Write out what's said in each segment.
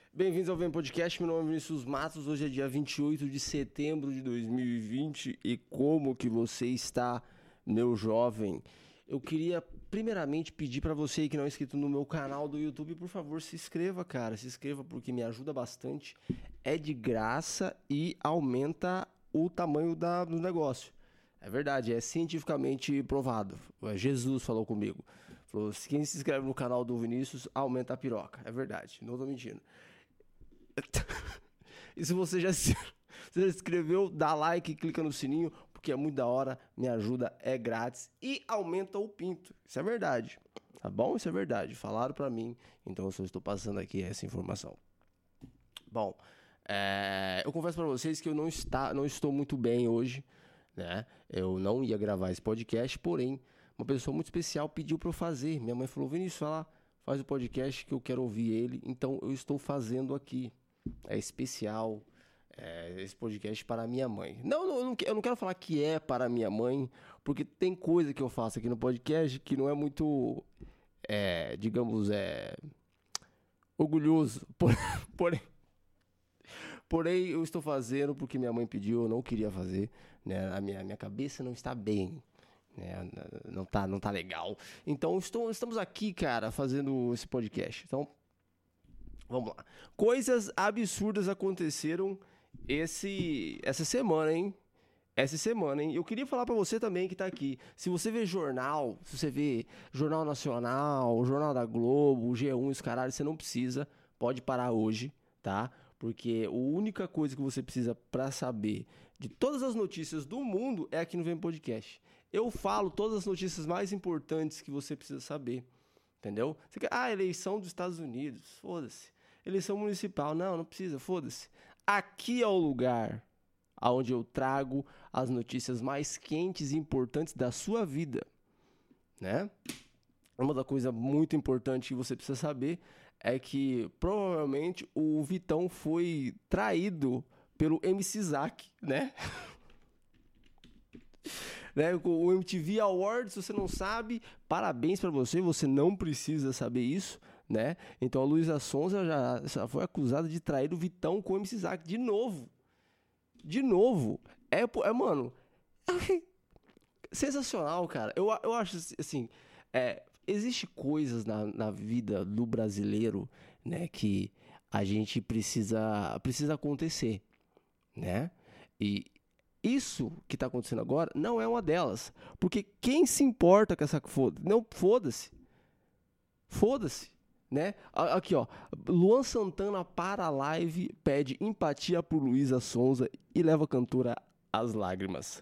Bem-vindos ao Vem Podcast, meu nome é Vinícius Matos, hoje é dia 28 de setembro de 2020 e como que você está, meu jovem? Eu queria primeiramente pedir para você que não é inscrito no meu canal do YouTube, por favor, se inscreva, cara, se inscreva porque me ajuda bastante, é de graça e aumenta o tamanho do negócio. É verdade, é cientificamente provado, Jesus falou comigo, falou, quem se inscreve no canal do Vinícius aumenta a piroca, é verdade, não tô mentindo. E se você já se inscreveu, dá like, clica no sininho, porque é muito da hora, me ajuda, é grátis e aumenta o pinto. Isso é verdade, tá bom? Isso é verdade, falaram pra mim, então eu só estou passando aqui essa informação. Bom, eu confesso pra vocês que eu não estou muito bem hoje, né? Eu não ia gravar esse podcast, porém, uma pessoa muito especial pediu pra eu fazer. Minha mãe falou, Vinícius, faz o podcast que eu quero ouvir ele, então eu estou fazendo aqui. É especial esse podcast para a minha mãe. Eu não quero falar que é para a minha mãe, porque tem coisa que eu faço aqui no podcast que não é muito, digamos, orgulhoso. Porém, eu estou fazendo porque minha mãe pediu, eu não queria fazer, né? A minha cabeça não está bem, né? Não tá legal. Então, estamos aqui, cara, fazendo esse podcast. Então, vamos lá. Coisas absurdas aconteceram essa semana, hein? Essa semana, hein? Eu queria falar pra você também que tá aqui. Se você vê jornal, se você vê Jornal Nacional, Jornal da Globo, o G1 e os caralhos, você não precisa. Pode parar hoje, tá? Porque a única coisa que você precisa pra saber de todas as notícias do mundo é aqui no Vem Podcast. Eu falo todas as notícias mais importantes que você precisa saber. Entendeu? Você quer, eleição dos Estados Unidos, foda-se. Eleição municipal, não precisa, foda-se. Aqui é o lugar onde eu trago as notícias mais quentes e importantes da sua vida, né? Uma coisa muito importante que você precisa saber é que provavelmente o Vitão foi traído pelo MC Zack, né? Né? O MTV Awards, se você não sabe, parabéns pra você, você não precisa saber isso, né? Então a Luísa Sonza já foi acusada de trair o Vitão com o MC Zack de novo. De novo. Mano, sensacional, cara. Eu acho assim, existe coisas na vida do brasileiro, né, que a gente precisa acontecer, né? E isso que tá acontecendo agora não é uma delas. Porque quem se importa com essa foda? Não, foda-se. Foda-se. Né? Aqui, ó. Luan Santana para a live, pede empatia por Luísa Sonza e leva a cantora às lágrimas.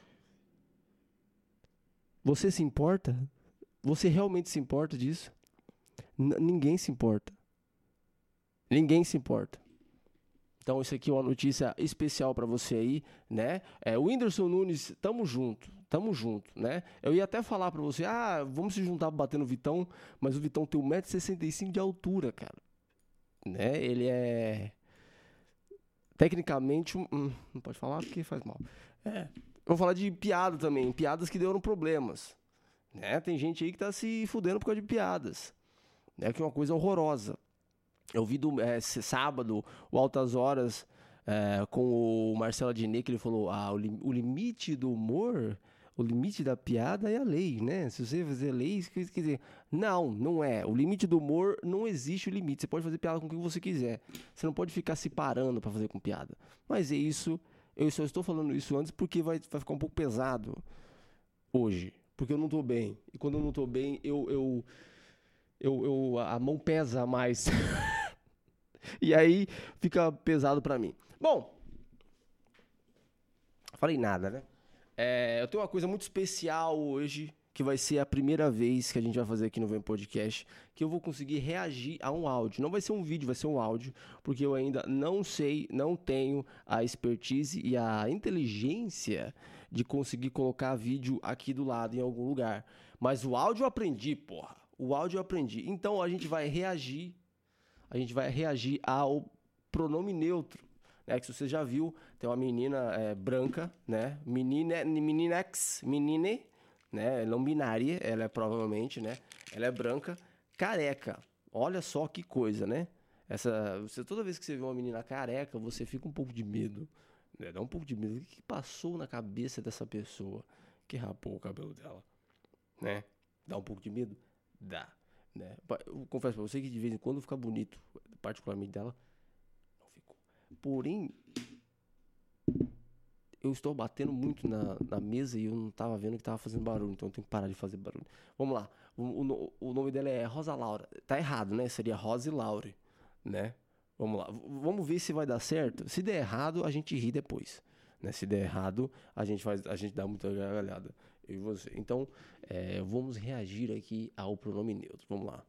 Você se importa? Você realmente se importa disso? Ninguém se importa. Ninguém se importa. Então, isso aqui é uma notícia especial pra você aí, né? O Whindersson Nunes, tamo junto, né? Eu ia até falar pra você, vamos se juntar pra bater no Vitão, mas o Vitão tem 1,65 m de altura, cara. Né? Ele é tecnicamente não pode falar porque faz mal. Eu vou falar de piada também, piadas que deram problemas, né? Tem gente aí que tá se fudendo por causa de piadas, né? Que é uma coisa horrorosa. Eu vi sábado, o Altas Horas, com o Marcelo Adnet, que ele falou, o limite do humor, o limite da piada é a lei, né? Se você fazer lei, quer dizer, não é. O limite do humor, não existe o limite. Você pode fazer piada com o que você quiser. Você não pode ficar se parando pra fazer com piada. Mas é isso, eu só estou falando isso antes porque vai ficar um pouco pesado hoje. Porque eu não tô bem. E quando eu não tô bem, a mão pesa mais. E aí fica pesado pra mim. Bom, falei nada, né? Eu tenho uma coisa muito especial hoje, que vai ser a primeira vez que a gente vai fazer aqui no Vem Podcast, que eu vou conseguir reagir a um áudio. Não vai ser um vídeo, vai ser um áudio, porque eu ainda não sei, não tenho a expertise e a inteligência de conseguir colocar vídeo aqui do lado em algum lugar. Mas o áudio eu aprendi, porra. O áudio eu aprendi. Então a gente vai reagir ao pronome neutro, né? Que se você já viu, tem uma menina branca, né? Menine, né? Não binária, ela é provavelmente, né? Ela é branca, careca. Olha só que coisa, né? Toda vez que você vê uma menina careca, você fica um pouco de medo, né? Dá um pouco de medo. O que passou na cabeça dessa pessoa que rapou o cabelo dela, né? Dá um pouco de medo? Dá, né? Eu confesso pra você que de vez em quando fica bonito, particularmente dela, não ficou. Porém, eu estou batendo muito na mesa e eu não tava vendo que tava fazendo barulho, então eu tenho que parar de fazer barulho. Vamos lá. O nome dela é Rosa Laura. Tá errado, né? Seria Rose Laure, né? Vamos lá. Vamos ver se vai dar certo. Se der errado, a gente ri depois, né? Se der errado, a gente dá muita gargalhada. Eu e você. Então, vamos reagir aqui ao pronome neutro. Vamos lá.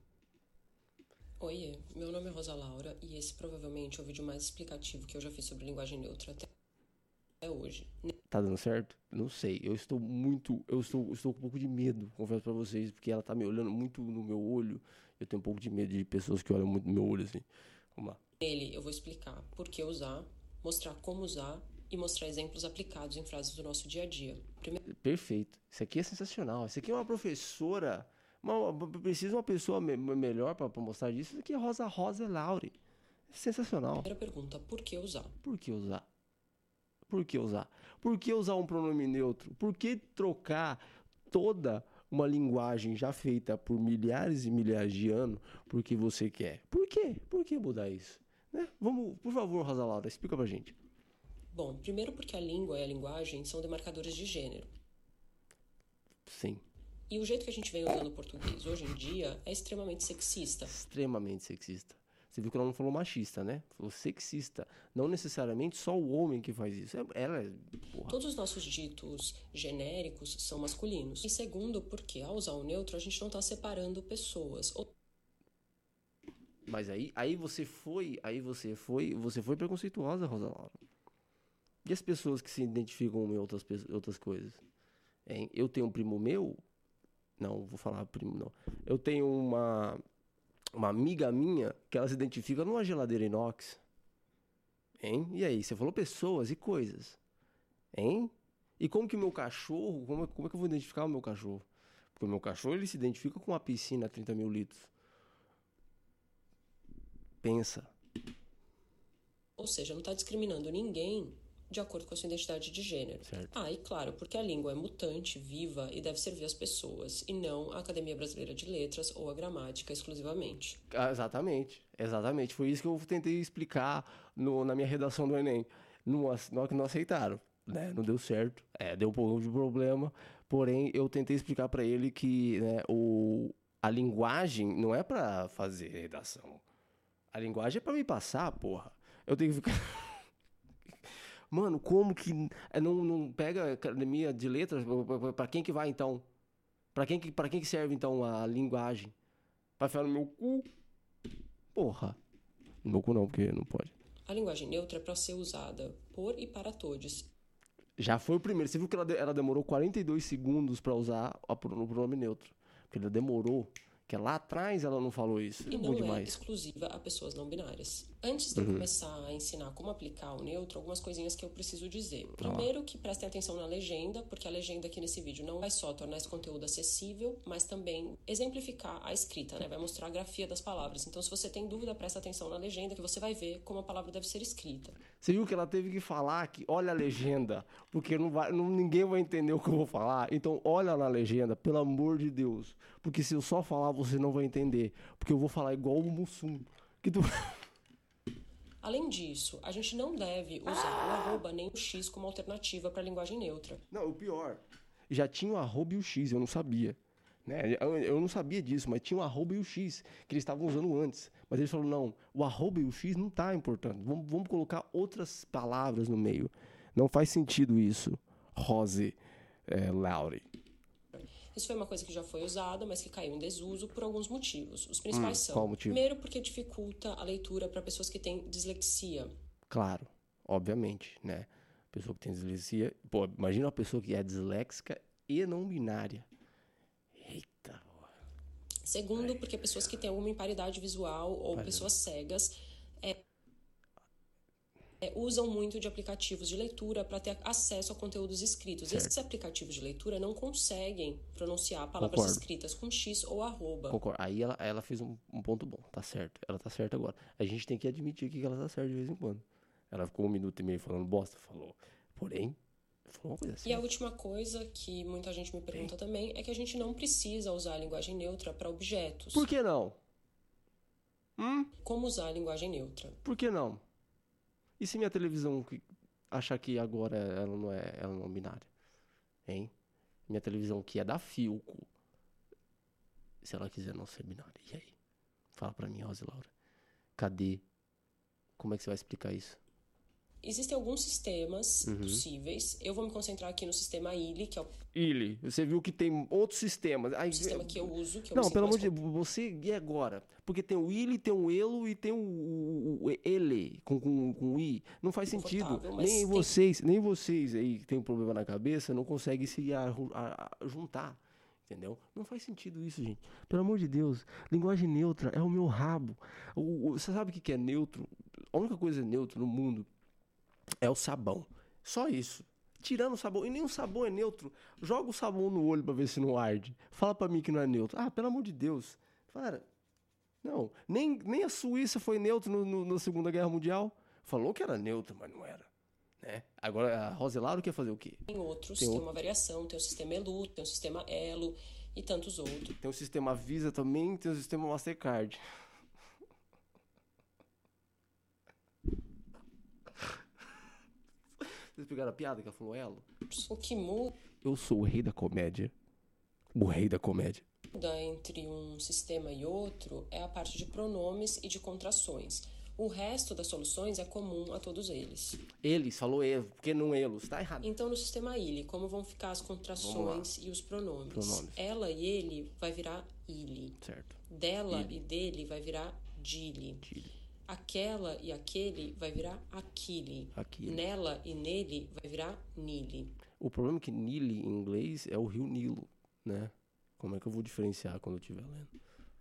Oiê, meu nome é Rosa Laura e esse provavelmente é o vídeo mais explicativo que eu já fiz sobre linguagem neutra até hoje. Tá dando certo? Não sei. Eu estou com um pouco de medo, confesso pra vocês, porque ela tá me olhando muito no meu olho. Eu tenho um pouco de medo de pessoas que olham muito no meu olho assim. Vamos lá. Nele eu vou explicar por que usar, mostrar como usar e mostrar exemplos aplicados em frases do nosso dia a dia. Perfeito. Isso aqui é sensacional. Isso aqui é uma professora. Precisa uma pessoa melhor pra mostrar disso. Isso aqui é Rosa Laure. É sensacional. Primeira pergunta, por que usar? Por que usar? Por que usar? Por que usar um pronome neutro? Por que trocar toda uma linguagem já feita por milhares e milhares de anos porque você quer? Por quê? Por que mudar isso? Né? Vamos, por favor, Rosa Laura, explica pra gente. Bom, primeiro porque a língua e a linguagem são demarcadores de gênero. Sim. E o jeito que a gente vem usando o português hoje em dia é extremamente sexista. Extremamente sexista. Você viu que ela não falou machista, né? Falou sexista. Não necessariamente só o homem que faz isso. Ela é. Porra. Todos os nossos ditos genéricos são masculinos. E segundo, porque ao usar o neutro a gente não está separando pessoas. Mas aí você foi preconceituosa, Rosa Laura. E as pessoas que se identificam em outras coisas? Hein? Eu tenho um primo meu. Não, vou falar primo não. Eu tenho uma amiga minha que ela se identifica numa geladeira inox. Hein? E aí, você falou pessoas e coisas. Hein? E como que o meu cachorro, como é que eu vou identificar o meu cachorro? Porque o meu cachorro, ele se identifica com uma piscina a 30 mil litros. Pensa. Ou seja, não está discriminando ninguém de acordo com a sua identidade de gênero. Certo. E claro, porque a língua é mutante, viva e deve servir às pessoas, e não a Academia Brasileira de Letras ou a gramática exclusivamente. Exatamente. Foi isso que eu tentei explicar na minha redação do Enem. Não aceitaram, né? Não deu certo. Deu um pouco de problema. Porém, eu tentei explicar para ele que, né, a linguagem não é para fazer redação. A linguagem é para me passar, porra. Eu tenho que ficar... Mano, como que não pega academia de letras? Pra quem que vai, então? Pra quem que serve, então, a linguagem? Pra ficar no meu cu? Porra. No meu cu não, porque não pode. A linguagem neutra é para ser usada por e para todos. Já foi o primeiro. Você viu que ela demorou 42 segundos pra usar o pronome neutro. Porque ela demorou... Porque lá atrás ela não falou isso. E não é exclusiva a pessoas não binárias. Antes de eu começar a ensinar como aplicar o neutro, algumas coisinhas que eu preciso dizer. Primeiro, que prestem atenção na legenda, porque a legenda aqui nesse vídeo não vai só tornar esse conteúdo acessível, mas também exemplificar a escrita, né? Vai mostrar a grafia das palavras. Então, se você tem dúvida, presta atenção na legenda, que você vai ver como a palavra deve ser escrita. Você viu que ela teve que falar que olha a legenda, porque ninguém vai entender o que eu vou falar. Então, olha na legenda, pelo amor de Deus. Porque se eu só falar, você não vai entender. Porque eu vou falar igual o Mussum. Que tu... Além disso, a gente não deve usar o arroba nem o x como alternativa para a linguagem neutra. Não, o pior. Já tinha o arroba e o x, eu não sabia. Né? Eu não sabia disso, mas tinha o arroba e o x, que eles estavam usando antes. Mas eles falaram, não, o arroba e o x não tá importando. Vamos colocar outras palavras no meio. Não faz sentido isso. Rose Laure. Isso foi uma coisa que já foi usada, mas que caiu em desuso por alguns motivos. Os principais são, qual motivo? Primeiro, porque dificulta a leitura para pessoas que têm dislexia. Claro, obviamente, né? Pessoa que tem dislexia... Pô, imagina uma pessoa que é disléxica e não binária. Eita. Segundo, porque pessoas que têm alguma imparidade visual ou pessoas cegas... usam muito de aplicativos de leitura para ter acesso a conteúdos escritos. Certo. Esses aplicativos de leitura não conseguem pronunciar palavras Concordo. escritas com X ou arroba. Concordo. Aí ela fez um ponto bom, tá certo. Ela tá certa agora. A gente tem que admitir que ela tá certa de vez em quando. Ela ficou 1 minuto e meio falando bosta, falou. Porém, falou uma coisa assim. E a última coisa que muita gente me pergunta também é que a gente não precisa usar a linguagem neutra para objetos. Por que não? Como usar a linguagem neutra? Por que não? E se minha televisão achar que agora ela não é binária? Hein? Minha televisão que é da Philco, se ela quiser não ser binária, e aí? Fala pra mim, Rosa Laura. Cadê? Como é que você vai explicar isso? Existem alguns sistemas possíveis. Eu vou me concentrar aqui no sistema ILI, que é o Ili, você viu que tem outros sistemas. Aí, sistema que eu uso, que eu não, me sinto pelo mais amor de Deus, você e agora? Porque tem o Ili, tem o Elo e tem o Ele com I. Não faz sentido. Confortável, mas Nem vocês aí que tem um problema na cabeça não conseguem se juntar. Entendeu? Não faz sentido isso, gente. Pelo amor de Deus. Linguagem neutra é o meu rabo. Você sabe o que é neutro? A única coisa neutro no mundo é o sabão. Só isso. Tirando o sabão. E nem o sabão é neutro. Joga o sabão no olho pra ver se não arde. Fala pra mim que não é neutro. Ah, pelo amor de Deus. Cara, não. Nem a Suíça foi neutro na Segunda Guerra Mundial. Falou que era neutro, mas não era. Né? Agora, a Roselaro quer fazer o quê? Tem outros, tem uma variação. Tem o sistema ELU, tem o sistema ELO e tantos outros. Tem o sistema Visa também, tem o sistema Mastercard. Vocês pegaram a piada que ela falou elo? O que muda Eu sou o rei da comédia. O rei da comédia. entre um sistema e outro é a parte de pronomes e de contrações. O resto das soluções é comum a todos eles. Eles, falou eu, porque não elos, tá errado. Então, no sistema ILI, como vão ficar as contrações e os pronomes? Ela e ele vai virar ILI. Certo. Dela e dele vai virar DILI. Aquela e aquele vai virar aquile. Nela e nele vai virar nile. O problema é que Nile em inglês é o rio Nilo, né? Como é que eu vou diferenciar quando eu estiver lendo?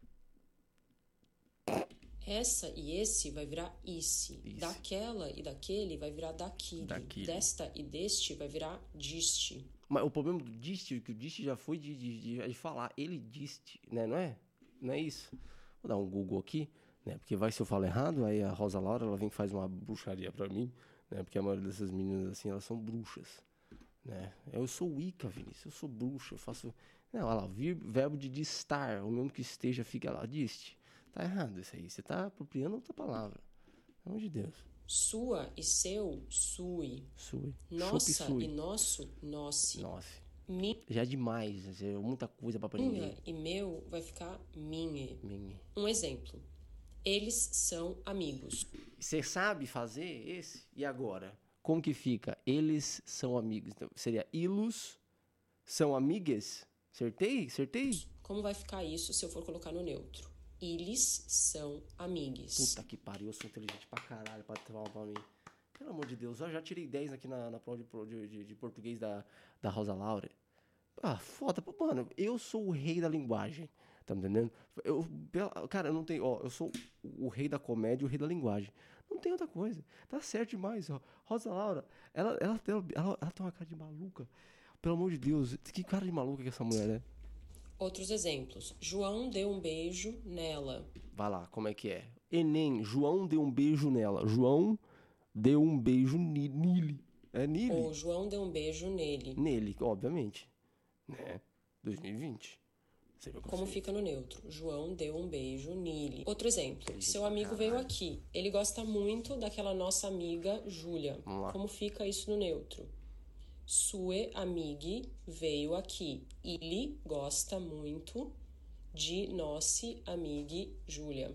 Essa e esse vai virar isse. Daquela e daquele vai virar daquile. Desta e deste vai virar diste. Mas o problema do diste, que o diste já foi de falar. Ele diste, né? Não é isso? Vou dar um Google aqui. Né? Porque vai se eu falo errado, aí a Rosa Laura ela vem e faz uma bruxaria pra mim, né? Porque a maioria dessas meninas assim, elas são bruxas, né? Eu sou Wicca, Vinícius, eu sou bruxa, eu faço... Não, olha lá, verbo de distar, o mesmo que esteja fica lá, diste. Tá errado isso aí, você tá apropriando outra palavra, pelo amor de Deus. Sua e seu, sui. Nossa e nosso, nosse. Já é demais, é muita coisa pra aprender. Minha e meu vai ficar minhe. Um exemplo. Eles são amigos. Você sabe fazer esse? E agora? Como que fica? Eles são amigos. Então, seria ilos são amigas? Acertei? Como vai ficar isso se eu for colocar no neutro? Eles são amigos. Puta que pariu, eu sou inteligente pra caralho pra falar pra mim. Pelo amor de Deus, eu já tirei 10 aqui na prova de português da Rosa Laura. Ah, foda. Mano, eu sou o rei da linguagem. Tá me entendendo? Cara, eu não tenho... Ó, eu sou o rei da comédia e o rei da linguagem. Não tem outra coisa. Tá certo demais, ó. Rosa Laura, ela tem uma cara de maluca. Pelo amor de Deus, que cara de maluca que essa mulher é. Outros exemplos. João deu um beijo nela. Vai lá, como é que é? Enem, João deu um beijo nela. João deu um beijo nele. É nele. Ou João deu um beijo nele. Nele, obviamente. Né? 2020. Como fica no neutro? João deu um beijo nele. Outro exemplo. Seu amigo veio aqui. Ele gosta muito daquela nossa amiga Júlia. Como fica isso no neutro? Sue amighi veio aqui. Ele gosta muito de nosse amighi Júlia.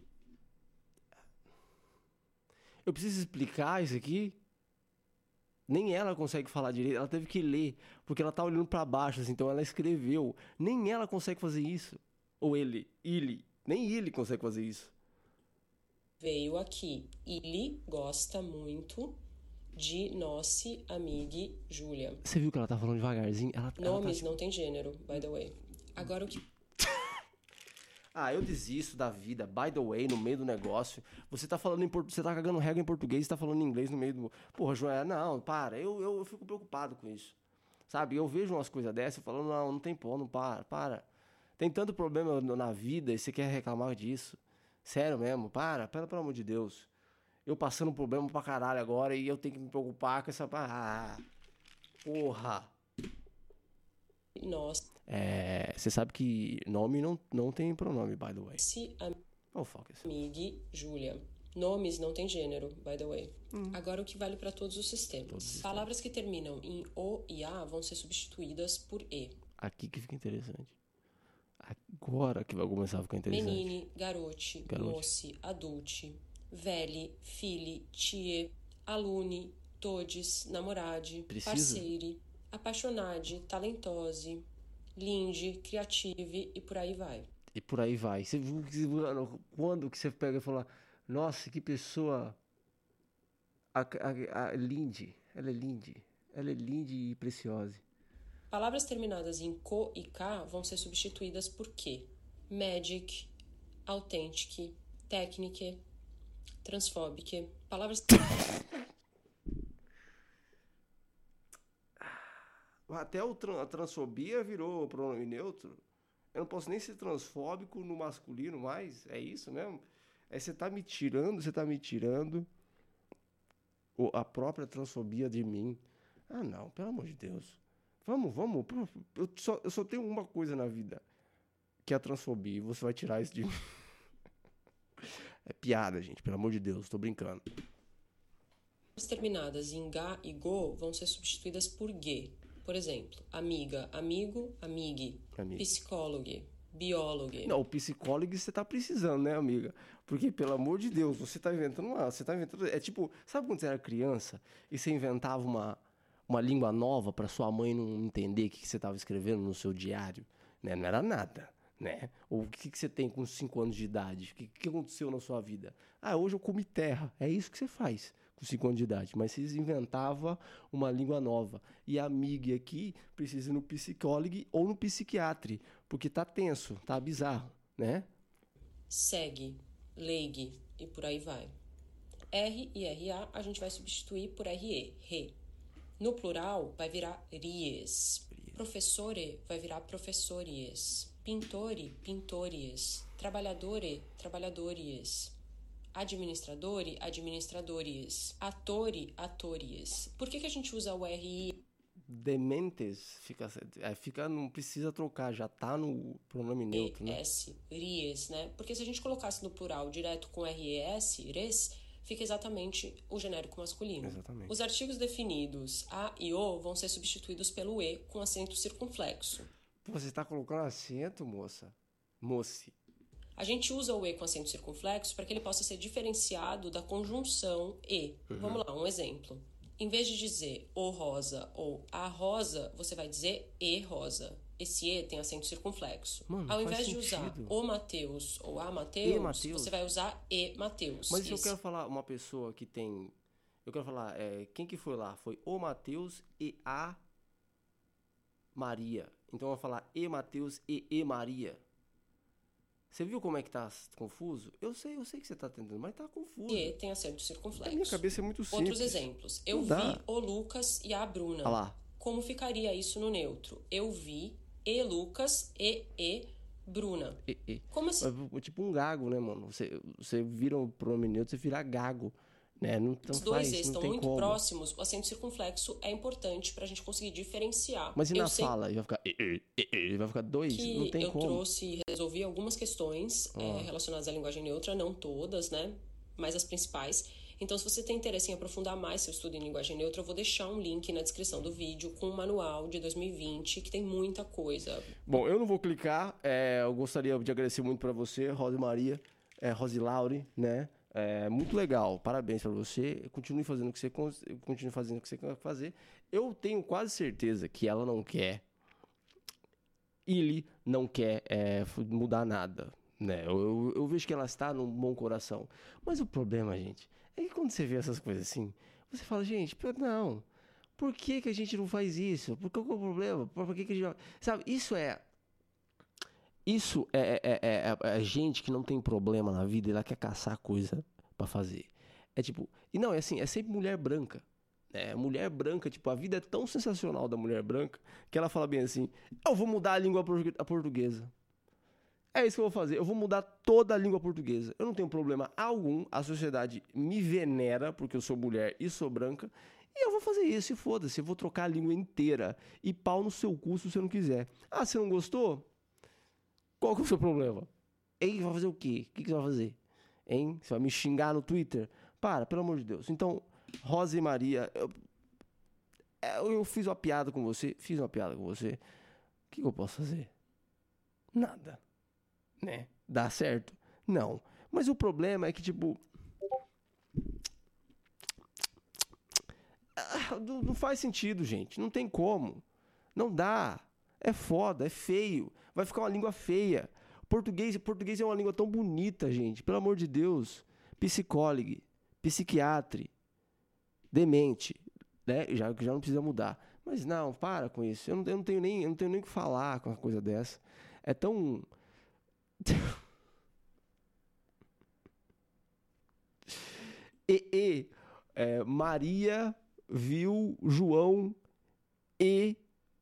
Eu preciso explicar isso aqui? Nem ela consegue falar direito, ela teve que ler, porque ela tá olhando pra baixo, assim, então ela escreveu. Nem ela consegue fazer isso. Ou ele, nem ele consegue fazer isso. Veio aqui. Ele gosta muito de nosse amighi Júlia. Você viu que ela tá falando devagarzinho? Nomes não tem gênero, by the way. Agora o que... Ah, eu desisto da vida. By the way, no meio do negócio. Você tá falando você tá cagando regra em português e tá falando inglês no meio do. Porra, Joel, não, para. Eu fico preocupado com isso. Sabe? Eu vejo umas coisas dessas e falo, não tem pô, não para. Tem tanto problema na vida e você quer reclamar disso. Sério mesmo, pelo amor de Deus. Eu passando um problema pra caralho agora e eu tenho que me preocupar com essa. Porra. Nós. Você sabe que nome não tem pronome, by the way. Se Oh, fuck it. Mig, Júlia. Nomes não tem gênero, by the way. Agora o que vale para todos os sistemas. Palavras que terminam em O e A vão ser substituídas por E. Aqui que fica interessante. Agora que vai começar a ficar interessante. Menine, garote, moce, adulte, velhe, fili, tie, alune, todes, namorade, parceire, apaixonade, talentose, linde, criative e por aí vai. E por aí vai. Você viu quando que você pega e fala, nossa, que pessoa linde. Ela é linde. Ela é linde e preciosa. Palavras terminadas em co e k vão ser substituídas por que. Magic, authentic, technique, transphobic. Palavras... Até a transfobia virou pronome neutro. Eu não posso nem ser transfóbico no masculino mais. É isso mesmo? Você tá me tirando a própria transfobia de mim. Ah, não, pelo amor de Deus. Vamos. Eu só tenho uma coisa na vida, que é a transfobia. E você vai tirar isso de mim. É piada, gente. Pelo amor de Deus, tô brincando. As terminadas em ga e go vão ser substituídas por ge. Por exemplo, amiga, amigo, amigue, psicólogo, biólogo. Não, o psicólogo você tá precisando, né, amiga? Porque, pelo amor de Deus, você tá inventando é tipo, sabe quando você era criança e você inventava uma língua nova pra sua mãe não entender o que você tava escrevendo no seu diário? Né? Não era nada, né? Ou o que você tem com 5 anos de idade? O que aconteceu na sua vida? Ah, hoje eu comi terra. É isso que você faz com 5 anos de idade. Mas vocês inventavam uma língua nova. E a amiga aqui precisa ir no psicólogo ou no psiquiatra, porque tá tenso, tá bizarro, né? Segue, legue e por aí vai. R e RA a gente vai substituir por RE, re. No plural vai virar ries. Professore vai virar professores. Pintore, pintores. Trabalhadore, trabalhadores. Administradore, administradores. Atore, atores. Por que a gente usa o RI? Dementes, não precisa trocar, já tá no pronome neutro, né? S, ries, né? Porque se a gente colocasse no plural direto com RES, res, fica exatamente o genérico masculino. Exatamente. Os artigos definidos A e O vão ser substituídos pelo E com acento circunflexo. Você tá colocando acento, moça? Moce. A gente usa o E com acento circunflexo para que ele possa ser diferenciado da conjunção E. Vamos lá, um exemplo. Em vez de dizer o rosa ou a rosa, você vai dizer e rosa. Esse E tem acento circunflexo. Mano, ao invés de usar o Mateus ou a Mateus, você vai usar e Mateus. Mas se eu quero falar uma pessoa que tem... Eu quero falar, quem que foi lá? Foi o Mateus e a Maria. Então eu vou falar e Mateus e Maria. Você viu como é que tá confuso? Eu sei que você tá tentando, mas tá confuso. E tem acento circunflexo. A minha cabeça é muito simples. Outros exemplos. Eu vi o Lucas e a Bruna. Olha lá. Como ficaria isso no neutro? Eu vi e Lucas e Bruna. Como assim? Tipo um gago, né, mano? Você vira o pronome neutro, você vira gago. Né? Os dois estão muito próximos, o acento circunflexo é importante pra gente conseguir diferenciar. Mas e na fala? Vai ficar vai ficar dois? Não tem como. Eu trouxe e resolvi algumas questões relacionadas à linguagem neutra, não todas, né? Mas as principais. Então, se você tem interesse em aprofundar mais seu estudo em linguagem neutra, eu vou deixar um link na descrição do vídeo com o manual de 2020, que tem muita coisa. Bom, eu não vou clicar. Eu gostaria de agradecer muito pra você, Rosa Maria, Rosi Laure, né? Muito legal, parabéns pra você. Continue fazendo o que você quer fazer. Eu tenho quase certeza que ela não quer. Ele não quer mudar nada, né? Eu vejo que ela está num bom coração. Mas o problema, gente, é que quando você vê essas coisas assim, você fala, gente, não. Por que a gente não faz isso? Qual é o problema? Por que a gente... Sabe, Isso é gente que não tem problema na vida e ela quer caçar coisa pra fazer. É tipo... E não, é assim, é sempre mulher branca. Mulher branca, tipo, a vida é tão sensacional da mulher branca que ela fala bem assim, eu vou mudar a língua portuguesa. É isso que eu vou fazer, eu vou mudar toda a língua portuguesa. Eu não tenho problema algum, a sociedade me venera porque eu sou mulher e sou branca, e eu vou fazer isso, e foda-se, eu vou trocar a língua inteira. E pau no seu cu se você não quiser. Ah, você não gostou? Qual que é o seu problema? Hein, vai fazer o quê? O que você vai fazer? Hein? Você vai me xingar no Twitter? Para, pelo amor de Deus. Então, Rosa e Maria, eu fiz uma piada com você. O que eu posso fazer? Nada. Né? Dá certo? Não. Mas o problema é que, tipo... Não faz sentido, gente. Não tem como. Não dá. É foda, é feio. Vai ficar uma língua feia. Português é uma língua tão bonita, gente. Pelo amor de Deus. Psicólogo, psiquiatre, demente, né? Já não precisa mudar. Mas não, para com isso. Eu não tenho nem o que falar com uma coisa dessa. É tão... Maria viu João e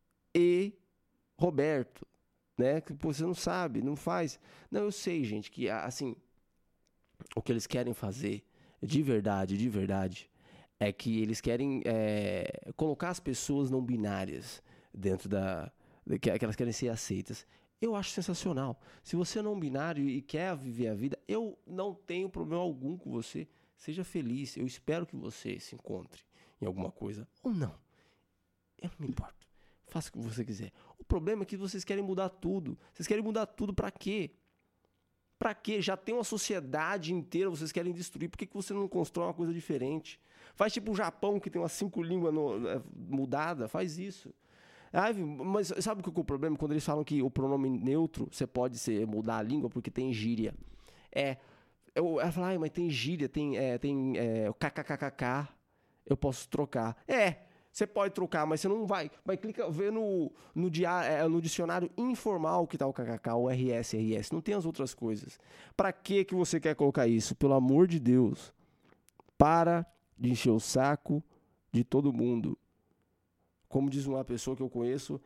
Roberto, né? Que você não sabe, não faz. Não, eu sei, gente, que assim, o que eles querem fazer, de verdade, é que eles querem colocar as pessoas não binárias dentro que elas querem ser aceitas. Eu acho sensacional. Se você é não binário e quer viver a vida, eu não tenho problema algum com você. Seja feliz. Eu espero que você se encontre em alguma coisa. Ou não. Eu não me importo. Faça o que você quiser. O problema é que vocês querem mudar tudo. Vocês querem mudar tudo pra quê? Pra quê? Já tem uma sociedade inteira, vocês querem destruir. Por que você não constrói uma coisa diferente? Faz tipo o Japão, que tem umas 5 línguas mudadas. Faz isso. Mas sabe o que é o problema? Quando eles falam que o pronome neutro, você pode mudar a língua porque tem gíria. Ela fala, mas tem gíria, tem o kkkk, eu posso trocar. Você pode trocar, mas você não vai. Vê no dicionário informal que tá o kkk, o rs, não tem as outras coisas. Pra que você quer colocar isso? Pelo amor de Deus. Para de encher o saco de todo mundo. Como diz uma pessoa que eu conheço,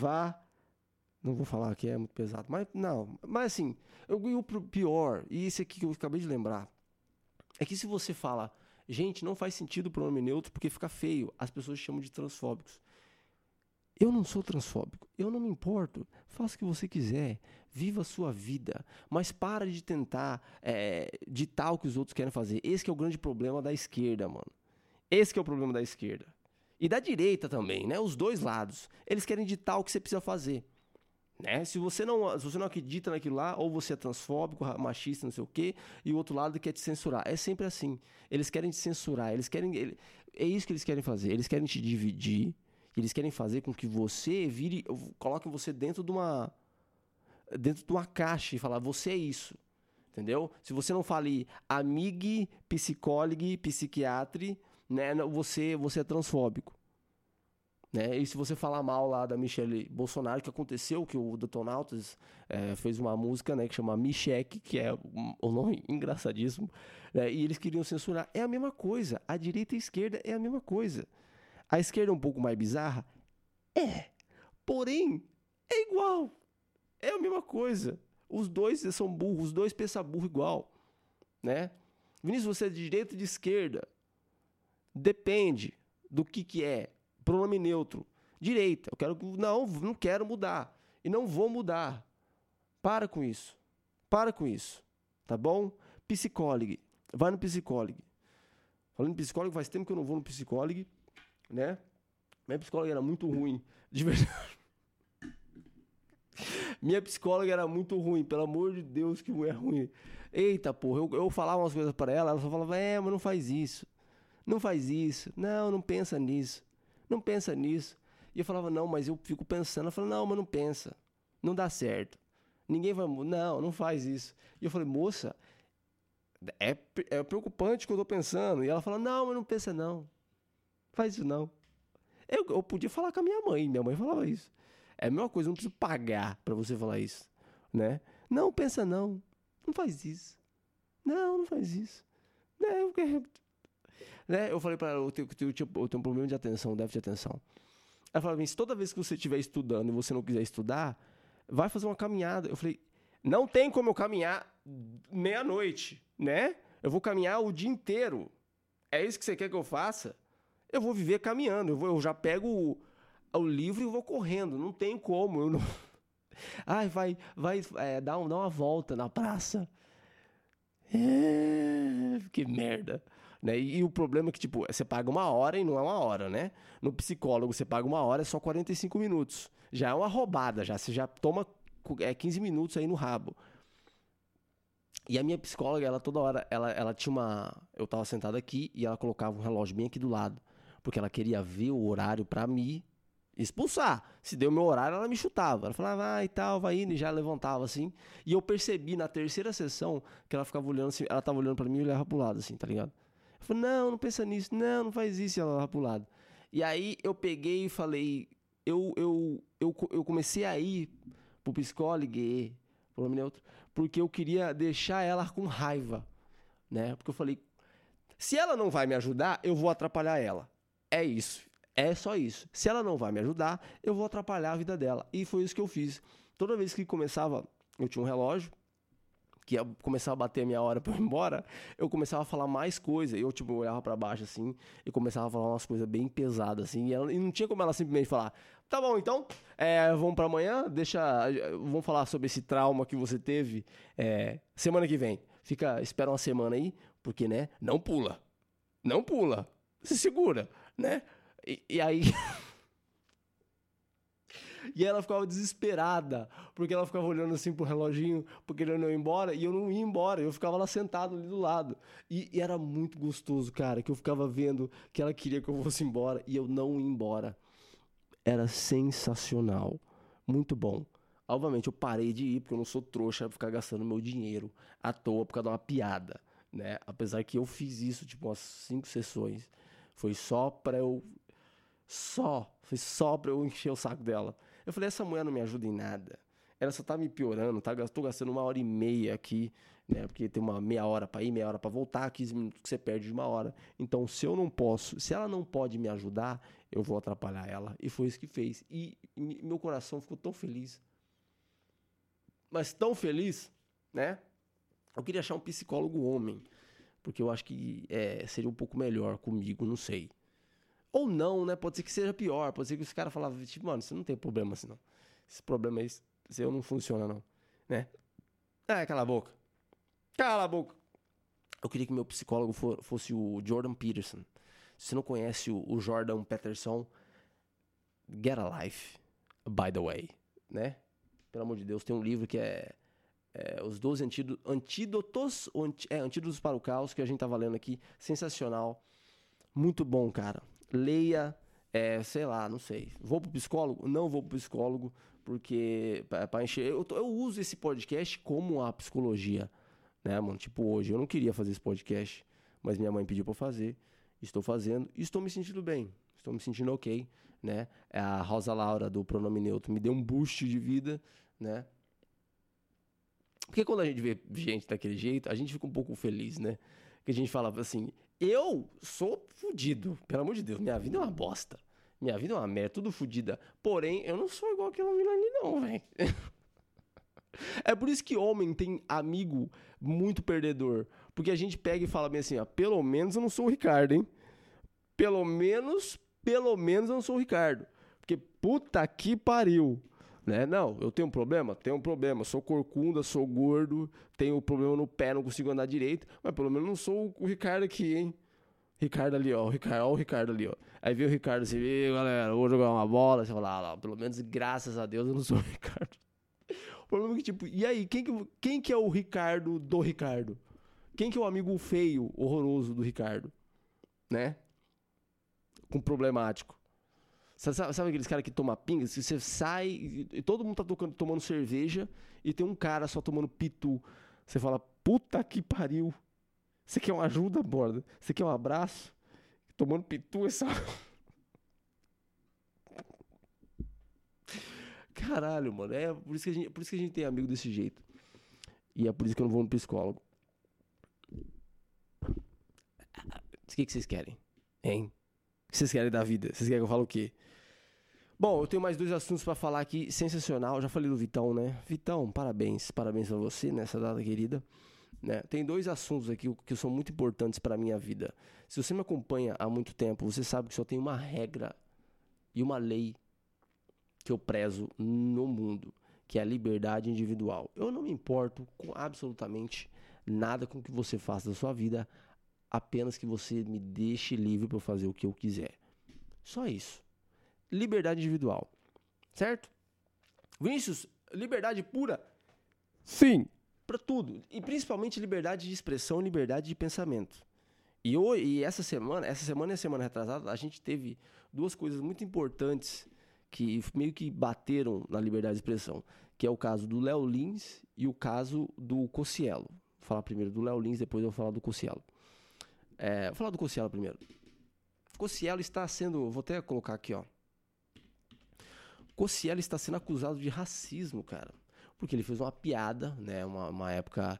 não vou falar que é muito pesado, mas assim, o pior, e isso aqui que eu acabei de lembrar, é que se você fala, gente, não faz sentido o pronome neutro porque fica feio, as pessoas chamam de transfóbicos. Eu não sou transfóbico, eu não me importo, faça o que você quiser, viva a sua vida, mas para de tentar ditar o que os outros querem fazer. Esse que é o grande problema da esquerda, mano. Esse que é o problema da esquerda. E da direita também, né? Os dois lados. Eles querem ditar o que você precisa fazer. Né? Se você não acredita naquilo lá, ou você é transfóbico, machista, não sei o quê, e o outro lado quer te censurar. É sempre assim. Eles querem te censurar. É isso que eles querem fazer. Eles querem te dividir. Eles querem fazer com que você coloquem você dentro de uma caixa e falar, você é isso. Entendeu? Se você não fale amigo, psicólogo, psiquiatre, né, você é transfóbico. Né? E se você falar mal lá da Michelle Bolsonaro, que aconteceu, que o Detonautas fez uma música, né, que chama Micheque, que é um nome engraçadíssimo, né, e eles queriam censurar. É a mesma coisa. A direita e a esquerda é a mesma coisa. A esquerda é um pouco mais bizarra? Porém, é igual. É a mesma coisa. Os dois são burros, os dois pensam burro igual. Né? Vinícius, você é de direita ou de esquerda? Depende do que é. Pronome neutro. Direita. Não quero mudar. E não vou mudar. Para com isso. Tá bom? Psicólogo. Vai no psicólogo. Falando em psicólogo, faz tempo que eu não vou no psicólogo. Né? Minha psicóloga era muito ruim. De verdade. Minha psicóloga era muito ruim. Pelo amor de Deus, que mulher ruim. Eita, porra. Eu falava umas coisas pra ela. Ela só falava, mas não faz isso. Não faz isso. Não pensa nisso. Não pensa nisso. E eu falava, não, mas eu fico pensando. Ela falou, não, mas não pensa. Não dá certo. Ninguém vai... Não faz isso. E eu falei, moça, é preocupante o que eu tô pensando. E ela falou, não, mas não pensa não. Faz isso não. Eu podia falar com a minha mãe. Minha mãe falava isso. É a mesma coisa, eu não preciso pagar pra você falar isso. né? Não, pensa não. Não faz isso. Não faz isso. Né? Eu falei pra ela, eu tenho um problema de atenção, déficit de atenção. Ela falou assim, toda vez que você estiver estudando e você não quiser estudar, vai fazer uma caminhada. Eu falei, não tem como eu caminhar meia-noite, né? Eu vou caminhar o dia inteiro. É isso que você quer que eu faça? Eu vou viver caminhando. Eu já pego o livro e vou correndo. Não tem como. Eu não... Ai, vai dar uma volta na praça. Que merda. Né? E o problema é que, tipo, você paga 1 hora e não é 1 hora, né? No psicólogo, você paga 1 hora, é só 45 minutos. Já é uma roubada, já. Você já toma 15 minutos aí no rabo. E a minha psicóloga, ela toda hora, ela tinha uma... Eu tava sentado aqui e ela colocava um relógio bem aqui do lado. Porque ela queria ver o horário pra me expulsar. Se deu meu horário, ela me chutava. Ela falava, vai e tal, vai indo, e já levantava assim. E eu percebi na terceira sessão que ela ficava olhando assim, ela tava olhando pra mim e olhava pro lado assim, tá ligado? Eu falei, não pensa nisso, não faz isso, e ela olhava pro lado. E aí eu peguei e falei, eu comecei a ir pro psicólogo, pro nome neutro, porque eu queria deixar ela com raiva, né? Porque eu falei, se ela não vai me ajudar, eu vou atrapalhar ela. É isso. É só isso. Se ela não vai me ajudar, eu vou atrapalhar a vida dela. E foi isso que eu fiz. Toda vez que começava, eu tinha um relógio, que ia começar a bater a minha hora pra eu ir embora, eu começava a falar mais coisa. Eu, tipo, olhava pra baixo, assim, e começava a falar umas coisas bem pesadas, assim. E não tinha como ela simplesmente falar, tá bom, então, vamos pra amanhã, vamos falar sobre esse trauma que você teve semana que vem. Espera uma semana aí, porque, né, não pula, se segura, né? E aí... E ela ficava desesperada, porque ela ficava olhando assim pro reloginho, porque ele não ia embora, e eu não ia embora, eu ficava lá sentado ali do lado. E era muito gostoso, cara, que eu ficava vendo que ela queria que eu fosse embora, e eu não ia embora. Era sensacional, muito bom. Obviamente eu parei de ir, porque eu não sou trouxa pra ficar gastando meu dinheiro à toa por causa de uma piada, né? Apesar que eu fiz isso, tipo, umas 5 sessões. Foi só pra eu encher o saco dela. Eu falei, essa mulher não me ajuda em nada. Ela só tá me piorando, tô gastando 1h30 aqui, né? Porque tem uma meia hora pra ir, meia hora pra voltar, 15 minutos que você perde de 1 hora. Então, se ela não pode me ajudar, eu vou atrapalhar ela. E foi isso que fez. E meu coração ficou tão feliz. Mas tão feliz, né? Eu queria achar um psicólogo homem. Porque eu acho que seria um pouco melhor comigo, não sei. Ou não, né? Pode ser que seja pior. Pode ser que os caras falavam, tipo, mano, você não tem problema assim, não. Esse problema aí, seu não funciona, não. Né? Cala a boca. Cala a boca. Eu queria que meu psicólogo fosse o Jordan Peterson. Se você não conhece o Jordan Peterson, get a life, by the way, né? Pelo amor de Deus, tem um livro que os 12 antídotos para o caos, que a gente tá lendo aqui. Sensacional. Muito bom, cara. Leia, sei lá, não sei. Vou pro psicólogo? Não vou pro psicólogo, porque pra encher... Eu uso esse podcast como a psicologia, né, mano? Tipo, hoje eu não queria fazer esse podcast, mas minha mãe pediu pra eu fazer. Estou fazendo e estou me sentindo bem. Estou me sentindo ok, né? A Rosa Laura, do Pronome Neutro, me deu um boost de vida, né? Porque quando a gente vê gente daquele jeito, a gente fica um pouco feliz, né? Que a gente fala assim... Eu sou fudido, pelo amor de Deus, minha vida é uma bosta. Minha vida é uma merda, tudo fudida. Porém, eu não sou igual aquela mina ali não, velho. É por isso que homem tem amigo muito perdedor. Porque a gente pega e fala bem assim, ó, pelo menos eu não sou o Ricardo, hein? Pelo menos eu não sou o Ricardo. Porque puta que pariu. Né? Não, eu tenho um problema? Tenho um problema. Sou corcunda, sou gordo, tenho problema no pé, não consigo andar direito. Mas pelo menos não sou o Ricardo aqui, hein? Ricardo ali, ó. O Ricardo ali, ó. Aí vem o Ricardo assim, galera, vou jogar uma bola. Você fala, lá, pelo menos graças a Deus eu não sou o Ricardo. O problema é que, tipo, e aí, quem que é o Ricardo do Ricardo? Quem que é o amigo feio, horroroso do Ricardo? Né? Com problemático. Sabe aqueles caras que tomam pinga? Se você sai e todo mundo tá tomando cerveja e tem um cara só tomando pitu. Você fala, puta que pariu. Você quer uma ajuda, borda? Você quer um abraço? Tomando pitu essa... Caralho, mano. É por isso que a gente tem amigo desse jeito. E é por isso que eu não vou no psicólogo. O que vocês querem? Hein? O que vocês querem da vida? Vocês querem que eu fale o quê? Bom, eu tenho mais 2 assuntos pra falar aqui. Sensacional. Já falei do Vitão, né? Vitão, parabéns. Parabéns pra você nessa data querida. Né? Tem 2 assuntos aqui que são muito importantes pra minha vida. Se você me acompanha há muito tempo, você sabe que só tem uma regra e uma lei que eu prezo no mundo, que é a liberdade individual. Eu não me importo com absolutamente nada com o que você faça da sua vida, apenas que você me deixe livre para fazer o que eu quiser. Só isso. Liberdade individual. Certo? Vinícius, liberdade pura? Sim. Para tudo. E principalmente liberdade de expressão e liberdade de pensamento. E essa semana e a semana retrasada, a gente teve 2 coisas muito importantes que meio que bateram na liberdade de expressão, que é o caso do Léo Lins e o caso do Cossielo. Vou falar primeiro do Léo Lins, depois eu vou falar do Cossielo. Vou falar do Cossielo primeiro. Cossielo está sendo... Vou até colocar aqui, ó. Cossielo está sendo acusado de racismo, cara. Porque ele fez uma piada, né? Uma época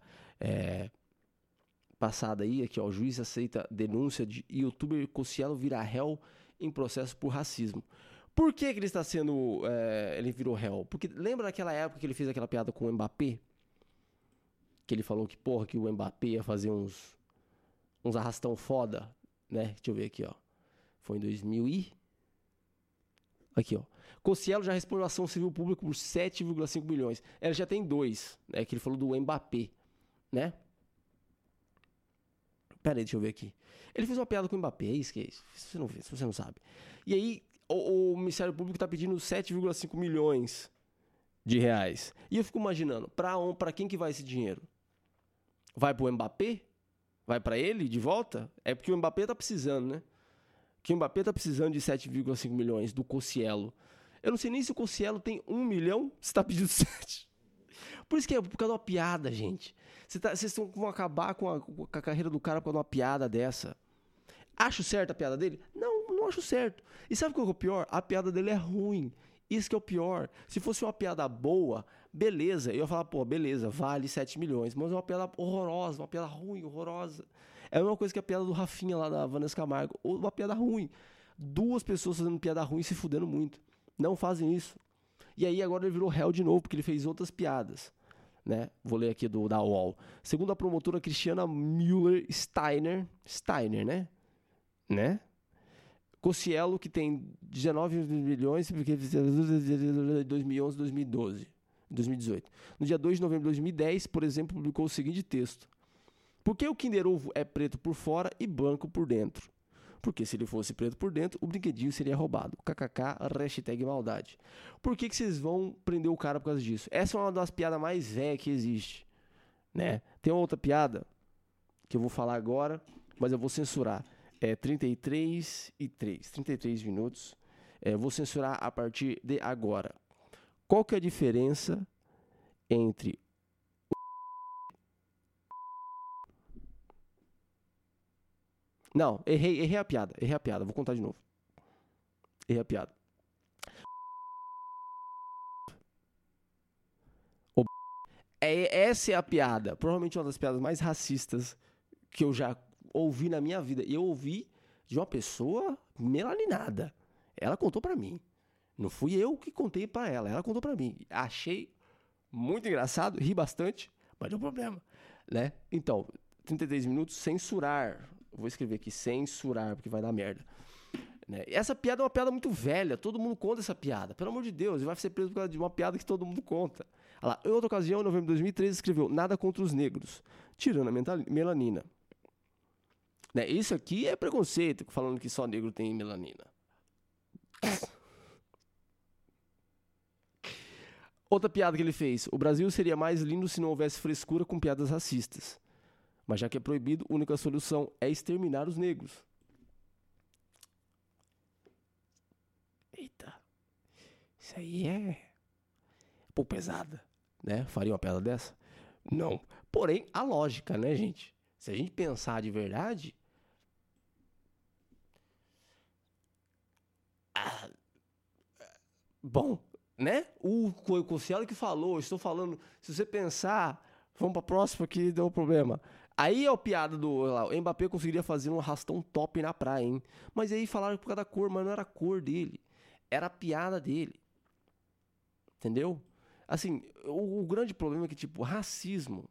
passada aí, aqui, ó. O juiz aceita denúncia de youtuber Cossielo vira réu em processo por racismo. Por que ele está sendo... ele virou réu? Porque lembra daquela época que ele fez aquela piada com o Mbappé? Que ele falou que, porra, que o Mbappé ia fazer uns arrastão foda, né? Deixa eu ver aqui, ó. Foi em 2000 e... Aqui, ó. Cossielo já respondeu a ação civil pública por 7,5 milhões. Ela já tem 2, né? Que ele falou do Mbappé, né? Pera aí, deixa eu ver aqui. Ele fez uma piada com o Mbappé, é isso que é isso? Se você não sabe. E aí, o Ministério Público tá pedindo 7,5 milhões de reais. E eu fico imaginando, pra quem que vai esse dinheiro? Vai pro Mbappé? Vai pra ele de volta? É porque o Mbappé tá precisando, né? Que o Mbappé tá precisando de 7,5 milhões do Cossielo. Eu não sei nem se o Cossielo tem 1 milhão, se tá pedindo 7. Por isso que é por causa de uma piada, gente. Vocês vão acabar com a carreira do cara por causa de uma piada dessa. Acho certo a piada dele? Não acho certo. E sabe o que é o pior? A piada dele é ruim. Isso que é o pior. Se fosse uma piada boa, beleza. Eu ia falar, pô, beleza, vale 7 milhões. Mas é uma piada horrorosa, uma piada ruim, horrorosa. É a mesma coisa que a piada do Rafinha lá da Vanessa Camargo. Uma piada ruim. 2 pessoas fazendo piada ruim e se fudendo muito. Não fazem isso. E aí agora ele virou réu de novo, porque ele fez outras piadas. Né? Vou ler aqui da UOL. Segundo a promotora Cristiana Müller Steiner, né? Cossielo, que tem 19 milhões, porque 2011, 2012, 2018. No dia 2 de novembro de 2010, por exemplo, publicou o seguinte texto. Por que o Kinder Ovo é preto por fora e branco por dentro? Porque se ele fosse preto por dentro, o brinquedinho seria roubado. KKK, hashtag maldade. Por que vocês vão prender o cara por causa disso? Essa é uma das piadas mais velhas que existe. Né? Tem uma outra piada que eu vou falar agora, mas eu vou censurar. 33 minutos. Vou censurar a partir de agora. Qual que é a diferença entre... Não, errei a piada. Vou contar de novo. Errei a piada. Essa é a piada. Provavelmente uma das piadas mais racistas que eu já ouvi na minha vida. E eu ouvi de uma pessoa melaninada. Ela contou pra mim. Não fui eu que contei pra ela. Ela contou pra mim. Achei muito engraçado, ri bastante, mas não é um problema, né? Então, 33 minutos, censurar. Vou escrever aqui, censurar, porque vai dar merda. Né? Essa piada é uma piada muito velha. Todo mundo conta essa piada. Pelo amor de Deus, ele vai ser preso por causa de uma piada que todo mundo conta. Olha lá, em outra ocasião, em novembro de 2013, escreveu nada contra os negros, tirando a melanina. Né? Isso aqui é preconceito, falando que só negro tem melanina. Outra piada que ele fez. O Brasil seria mais lindo se não houvesse frescura com piadas racistas. Mas já que é proibido, a única solução é exterminar os negros. Eita. Isso aí é um pouco pesada, né? Faria uma piada dessa? Não. Porém, a lógica, né, gente? Se a gente pensar de verdade... Bom, Né? O Cossielo que falou, eu estou falando, se você pensar, vamos pra próxima que deu problema. Aí é o piada do lá, o Mbappé conseguiria fazer um arrastão top na praia, hein? Mas aí falaram por causa da cor, mas não era a cor dele. Era a piada dele. Entendeu? Assim, o grande problema é que, tipo, racismo.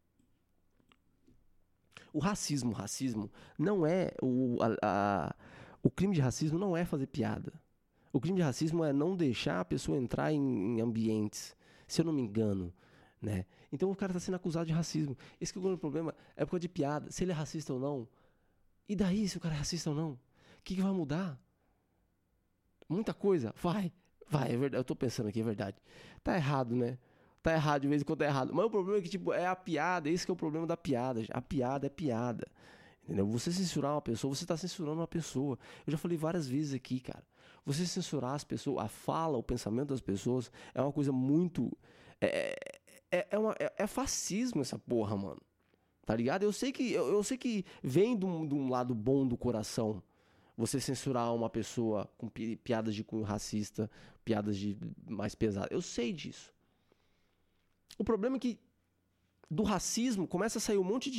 O racismo não é. O crime de racismo não é fazer piada. O crime de racismo é não deixar a pessoa entrar em ambientes, se eu não me engano, né? Então o cara está sendo acusado de racismo. Esse que é o grande problema, é por causa de piada. Se ele é racista ou não. E daí se o cara é racista ou não? O que vai mudar? Muita coisa. Vai, é verdade. Eu tô pensando aqui, é verdade. Tá errado, né? Tá errado, de vez em quando tá errado. Mas o problema é que, tipo, é a piada. Esse que é o problema da piada. A piada é piada. Entendeu? Você censurar uma pessoa, você tá censurando uma pessoa. Eu já falei várias vezes aqui, cara. Você censurar as pessoas, a fala, o pensamento das pessoas é uma coisa muito... É fascismo essa porra, mano. Tá ligado? Eu sei que vem de um lado bom do coração você censurar uma pessoa com piadas de cunho racista, piadas de mais pesadas. Eu sei disso. O problema é que do racismo começa a sair um monte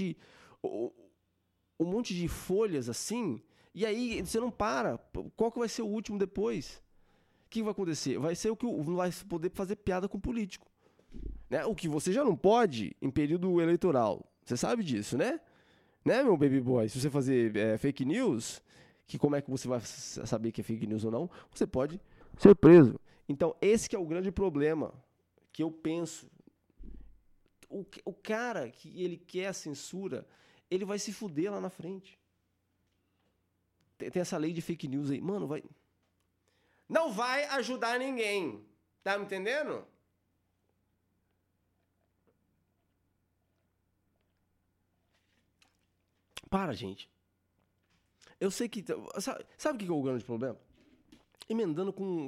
de folhas assim, e aí você não para. Qual que vai ser o último depois? O que vai acontecer? Vai ser o que não vai poder fazer piada com político. Né? O que você já não pode em período eleitoral. Você sabe disso, né? Né, meu baby boy? Se você fazer fake news, que como é que você vai saber que é fake news ou não? Você pode ser preso. Então, esse que é o grande problema que eu penso. O cara que ele quer a censura, ele vai se fuder lá na frente. Tem essa lei de fake news aí. Mano, não vai ajudar ninguém. Tá me entendendo? Para, gente. Eu sei que... Sabe o que é o grande problema? Emendando com...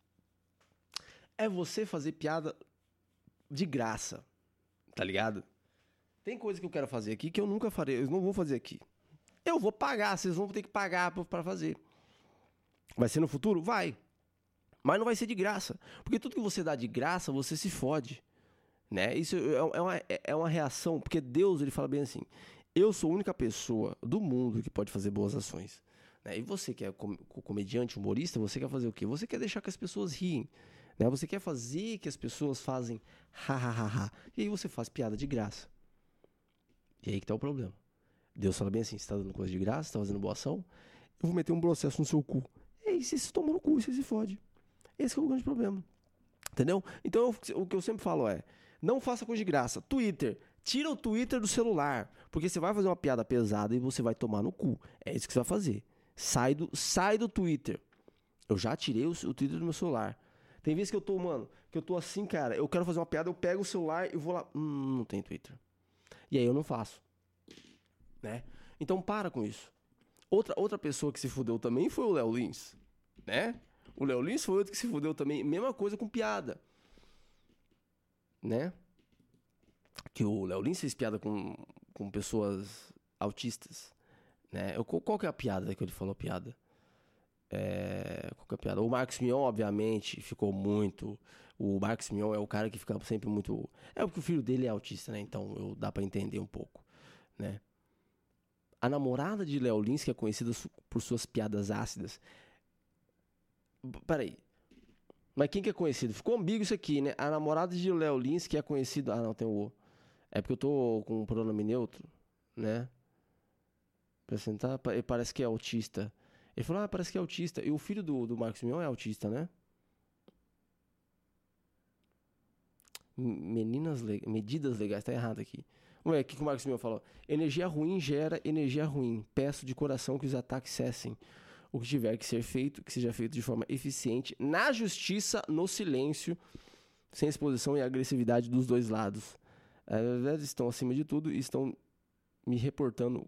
É você fazer piada de graça. Tá ligado? Tem coisa que eu quero fazer aqui que eu nunca farei. Eu não vou fazer aqui. Eu vou pagar. Vocês vão ter que pagar pra fazer. Vai ser no futuro? Vai. Mas não vai ser de graça. Porque tudo que você dá de graça, você se fode. Né? Isso é uma reação. Porque Deus, ele fala bem assim... Eu sou a única pessoa do mundo que pode fazer boas ações. Né? E você que é comediante, humorista, você quer fazer o quê? Você quer deixar que as pessoas riem. Né? Você quer fazer que as pessoas fazem ha, ha, ha, ha. E aí você faz piada de graça. E aí que tá o problema. Deus fala bem assim, você tá dando coisa de graça, você tá fazendo boa ação, eu vou meter um processo no seu cu. E aí você se toma no cu, você se fode. Esse que é o grande problema. Entendeu? Então o que eu sempre falo é, não faça coisa de graça. Twitter, tira o Twitter do celular, porque você vai fazer uma piada pesada e você vai tomar no cu. É isso que você vai fazer. Sai do Twitter. Eu já tirei o Twitter do meu celular. Tem vezes que eu tô, mano, que eu tô assim, cara, eu quero fazer uma piada, eu pego o celular e vou lá, não tem Twitter. E aí eu não faço. Né? Então para com isso. Outra pessoa que se fudeu também foi o Léo Lins. Né? O Léo Lins foi outro que se fudeu também. Mesma coisa com piada. Né? Que o Léo Lins fez piada com pessoas autistas. Né? Qual que é a piada que ele falou? Piada? Qual que é a piada? O Marcos Mion, obviamente, ficou muito... O Marcos Mion é o cara que fica sempre muito... É porque o filho dele é autista, né? Então dá pra entender um pouco. Né? A namorada de Léo Lins, que é conhecida por suas piadas ácidas... Peraí. Mas quem que é conhecido? Ficou ambíguo isso aqui, né? A namorada de Léo Lins, que é conhecido... Ah, não, tem o... É porque eu tô com um pronome neutro, né? Apresentar, ele parece que é autista. Ele falou, parece que é autista. E o filho do Marcos Mion é autista, né? Medidas legais, tá errado aqui. Vamos ver o que o Marcos Mion falou. Energia ruim gera energia ruim. Peço de coração que os ataques cessem. O que tiver que ser feito, que seja feito de forma eficiente, na justiça, no silêncio, sem exposição e agressividade dos dois lados. Eles estão acima de tudo e estão me reportando.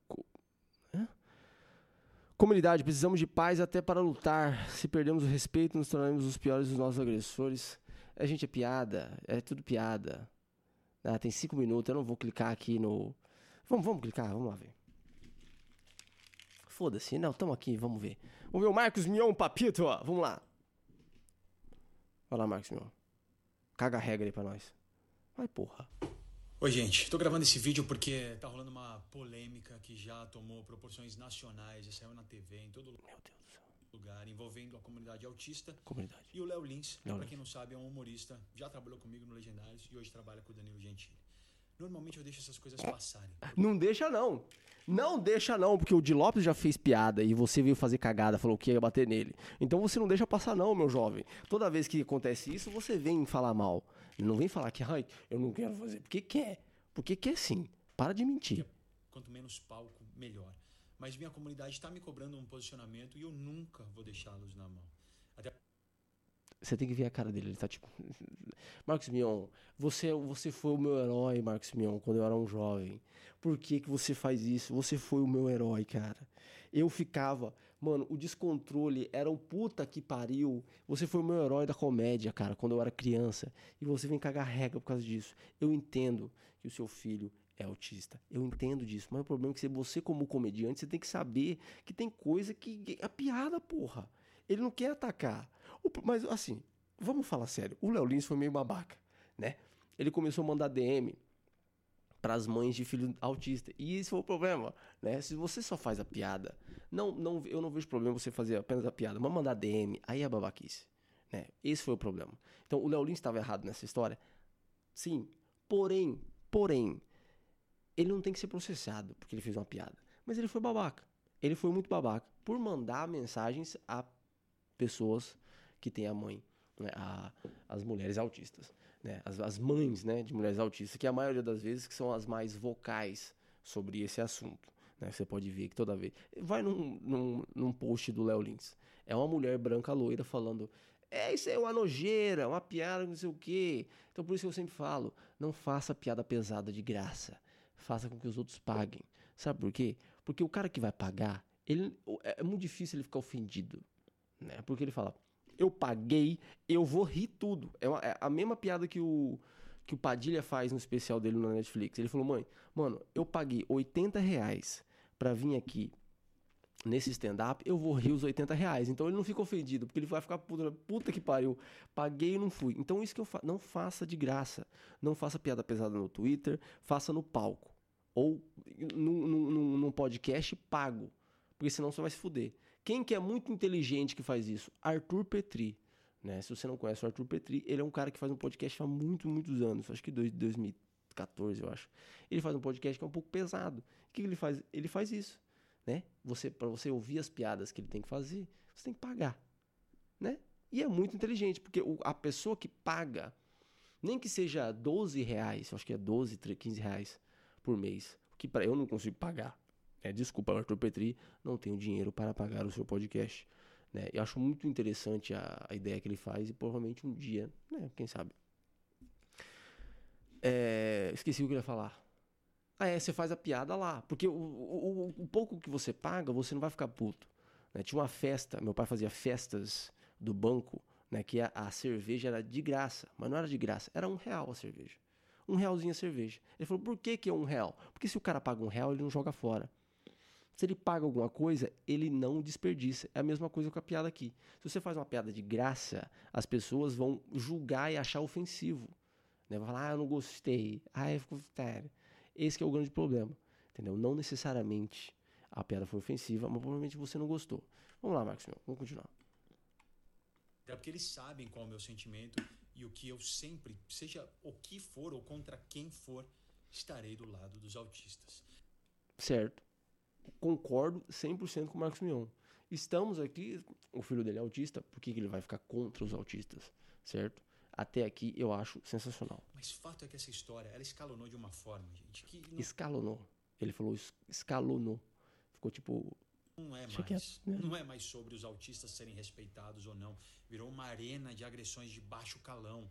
Comunidade, precisamos de paz até para lutar. Se perdemos o respeito, nos tornaremos os piores dos nossos agressores. A gente é piada, é tudo piada. Tem 5 minutos, eu não vou clicar aqui no... Vamos clicar, vamos lá ver. Foda-se, não, estamos aqui, vamos ver. Vamos ver o Marcos Mion Papito, ó, vamos lá. Vai lá, Marcos Mion. Caga a regra aí pra nós. Vai, porra. Oi, gente. Tô gravando esse vídeo porque tá rolando uma polêmica que já tomou proporções nacionais, já saiu na TV, em todo Meu Deus do céu. lugar, envolvendo a comunidade autista. Comunidade. E o Léo Lins, pra quem não sabe, é um humorista, já trabalhou comigo no Legendários e hoje trabalha com o Danilo Gentili. Normalmente eu deixo essas coisas passarem. Não deixa, não. Não deixa, não, porque o Di Lopes já fez piada e você veio fazer cagada, falou que ia bater nele. Então você não deixa passar, não, meu jovem. Toda vez que acontece isso, você vem falar mal. Não vem falar que, ai, eu não quero fazer. Porque quer. Porque quer sim. Para de mentir. Quanto menos palco, melhor. Mas minha comunidade está me cobrando um posicionamento e eu nunca vou deixá-los na mão. Até... Você tem que ver a cara dele. Ele tá tipo... Marcos Mion, você foi o meu herói, Marcos Mion, quando eu era um jovem. Por que você faz isso? Você foi o meu herói, cara. Eu ficava... Mano, o descontrole era um puta que pariu. Você foi o meu herói da comédia, cara, quando eu era criança. E você vem cagar regra por causa disso. Eu entendo que o seu filho é autista. Eu entendo disso. Mas o problema é que você, como comediante, você tem que saber que tem coisa que... É piada, porra. Ele não quer atacar. Mas, assim, vamos falar sério. O Léo Lins foi meio babaca, né? Ele começou a mandar DM pras mães de filho autista. E esse foi o problema, né? Se você só faz a piada... eu não vejo problema você fazer apenas a piada. Mas mandar DM, aí é babaquice, né? Esse foi o problema. Então, o Léo Lins estava errado nessa história? Sim. Porém, ele não tem que ser processado porque ele fez uma piada. Mas ele foi babaca. Ele foi muito babaca por mandar mensagens a pessoas que têm a mãe, né, as mulheres autistas, né, as mães, né, de mulheres autistas, que a maioria das vezes que são as mais vocais sobre esse assunto, né, você pode ver que toda vez, vai num post do Léo Lins, é uma mulher branca loira falando, isso é uma nojeira, uma piada, não sei o quê. Então por isso que eu sempre falo, não faça piada pesada de graça, faça com que os outros paguem. Sabe por quê? Porque o cara que vai pagar, é muito difícil ele ficar ofendido, né? Porque ele fala, eu paguei, eu vou rir tudo. É a mesma piada que o Padilha faz no especial dele na Netflix. Ele falou, mano, eu paguei R$80 pra vir aqui nesse stand-up, eu vou rir os R$80. Então ele não fica ofendido, porque ele vai ficar puta que pariu, paguei e não fui. Então isso que eu falo, não faça de graça. Não faça piada pesada no Twitter, faça no palco. Ou num podcast pago. Porque senão você vai se fuder. Quem que é muito inteligente que faz isso? Arthur Petri, né? Se você não conhece o Arthur Petri, ele é um cara que faz um podcast há muitos anos. Acho que 2014, eu acho. Ele faz um podcast que é um pouco pesado. O que ele faz? Ele faz isso, né? Para você ouvir as piadas que ele tem que fazer, você tem que pagar, né? E é muito inteligente, porque a pessoa que paga, nem que seja R$12, eu acho que é 12, 15 reais por mês, que eu não consigo pagar. Desculpa, Arthur Petri, não tenho dinheiro para pagar o seu podcast, né? Eu acho muito interessante a ideia que ele faz e provavelmente um dia, né, quem sabe. Esqueci o que eu ia falar. Você faz a piada lá, porque o pouco que você paga, você não vai ficar puto, né? Tinha uma festa, meu pai fazia festas do banco, né, que a cerveja era de graça, mas não era de graça, era R$1 a cerveja. R$1 a cerveja. Ele falou, por que é R$1? Porque se o cara paga R$1, ele não joga fora. Se ele paga alguma coisa, ele não desperdiça. É a mesma coisa com a piada aqui. Se você faz uma piada de graça, as pessoas vão julgar e achar ofensivo, né? Vai falar, eu não gostei. Ficou sério. Esse que é o grande problema, entendeu? Não necessariamente a piada foi ofensiva, mas provavelmente você não gostou. Vamos lá, Marcos, vamos continuar. Até porque eles sabem qual é o meu sentimento e o que eu sempre, seja o que for ou contra quem for, estarei do lado dos autistas. Certo. Concordo 100% com o Marcos Mion. Estamos aqui, o filho dele é autista, por que ele vai ficar contra os autistas, certo? Até aqui eu acho sensacional. Mas fato é que essa história, ela escalonou de uma forma, gente, que... Não... Escalonou. Ele falou escalonou. Ficou tipo... Não é mais sobre os autistas serem respeitados ou não. Virou uma arena de agressões de baixo calão.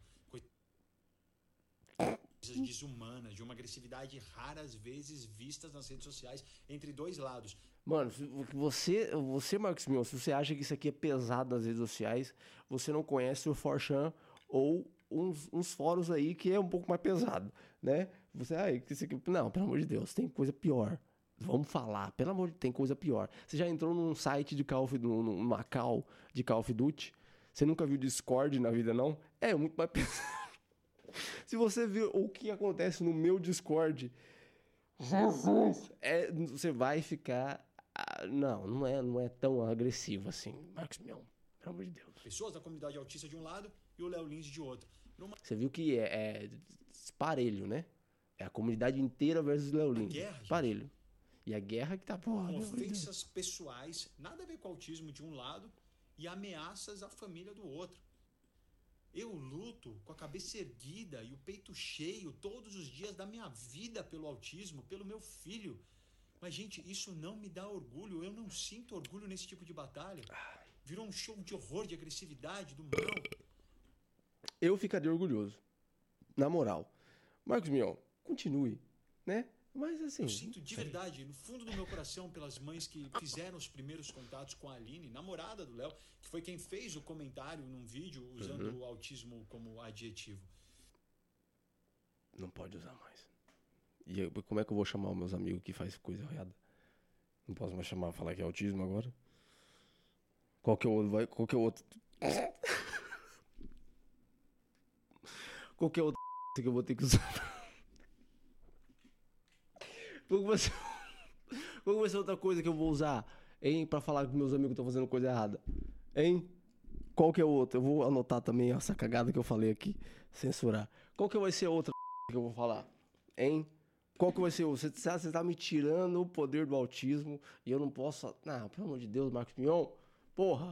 Coisas desumanas, de uma agressividade raras vezes vistas nas redes sociais entre dois lados. Mano, você Marcos Mion, se você acha que isso aqui é pesado nas redes sociais, você não conhece o 4chan ou uns fóruns aí que é um pouco mais pesado, né? Isso aqui... Não, pelo amor de Deus, tem coisa pior. Vamos falar, pelo amor de Deus, tem coisa pior. Você já entrou num site de numa call de Call of Duty? Você nunca viu Discord na vida, não? É muito mais pesado. Se você viu o que acontece no meu Discord, Jesus, você vai ficar... Não é tão agressivo assim, Marcos Mion. Pelo amor de Deus. Pessoas da comunidade autista de um lado e o Léo Lins de outro. Você viu que é parelho, né? É a comunidade inteira versus Léo Lins. Parelho. E a guerra que tá... Com ofensas pessoais, nada a ver com o autismo de um lado e ameaças à família do outro. Eu luto com a cabeça erguida e o peito cheio todos os dias da minha vida pelo autismo, pelo meu filho. Mas, gente, isso não me dá orgulho. Eu não sinto orgulho nesse tipo de batalha. Virou um show de horror, de agressividade, do mal. Eu ficaria orgulhoso. Na moral. Marcos Mion, continue, né? Mas assim... Eu sinto de verdade, no fundo do meu coração, pelas mães que fizeram os primeiros contatos com a Aline, namorada do Léo, que foi quem fez o comentário num vídeo usando o autismo como adjetivo. Não pode usar mais. E como é que eu vou chamar os meus amigos que faz coisa errada? Não posso mais falar que é autismo agora? Qual que é o outro? Qual que é o outro? Qual que é o outro que eu vou ter que usar? Qual que vai ser outra coisa que eu vou usar, hein? Pra falar que meus amigos estão fazendo coisa errada, hein? Qual que é o outro? Eu vou anotar também essa cagada que eu falei aqui, censurar. Qual que vai ser a outra que eu vou falar, hein? Qual que vai ser? Você tá me tirando o poder do autismo e eu não posso... Não, pelo amor de Deus, Marcos Mion. Porra.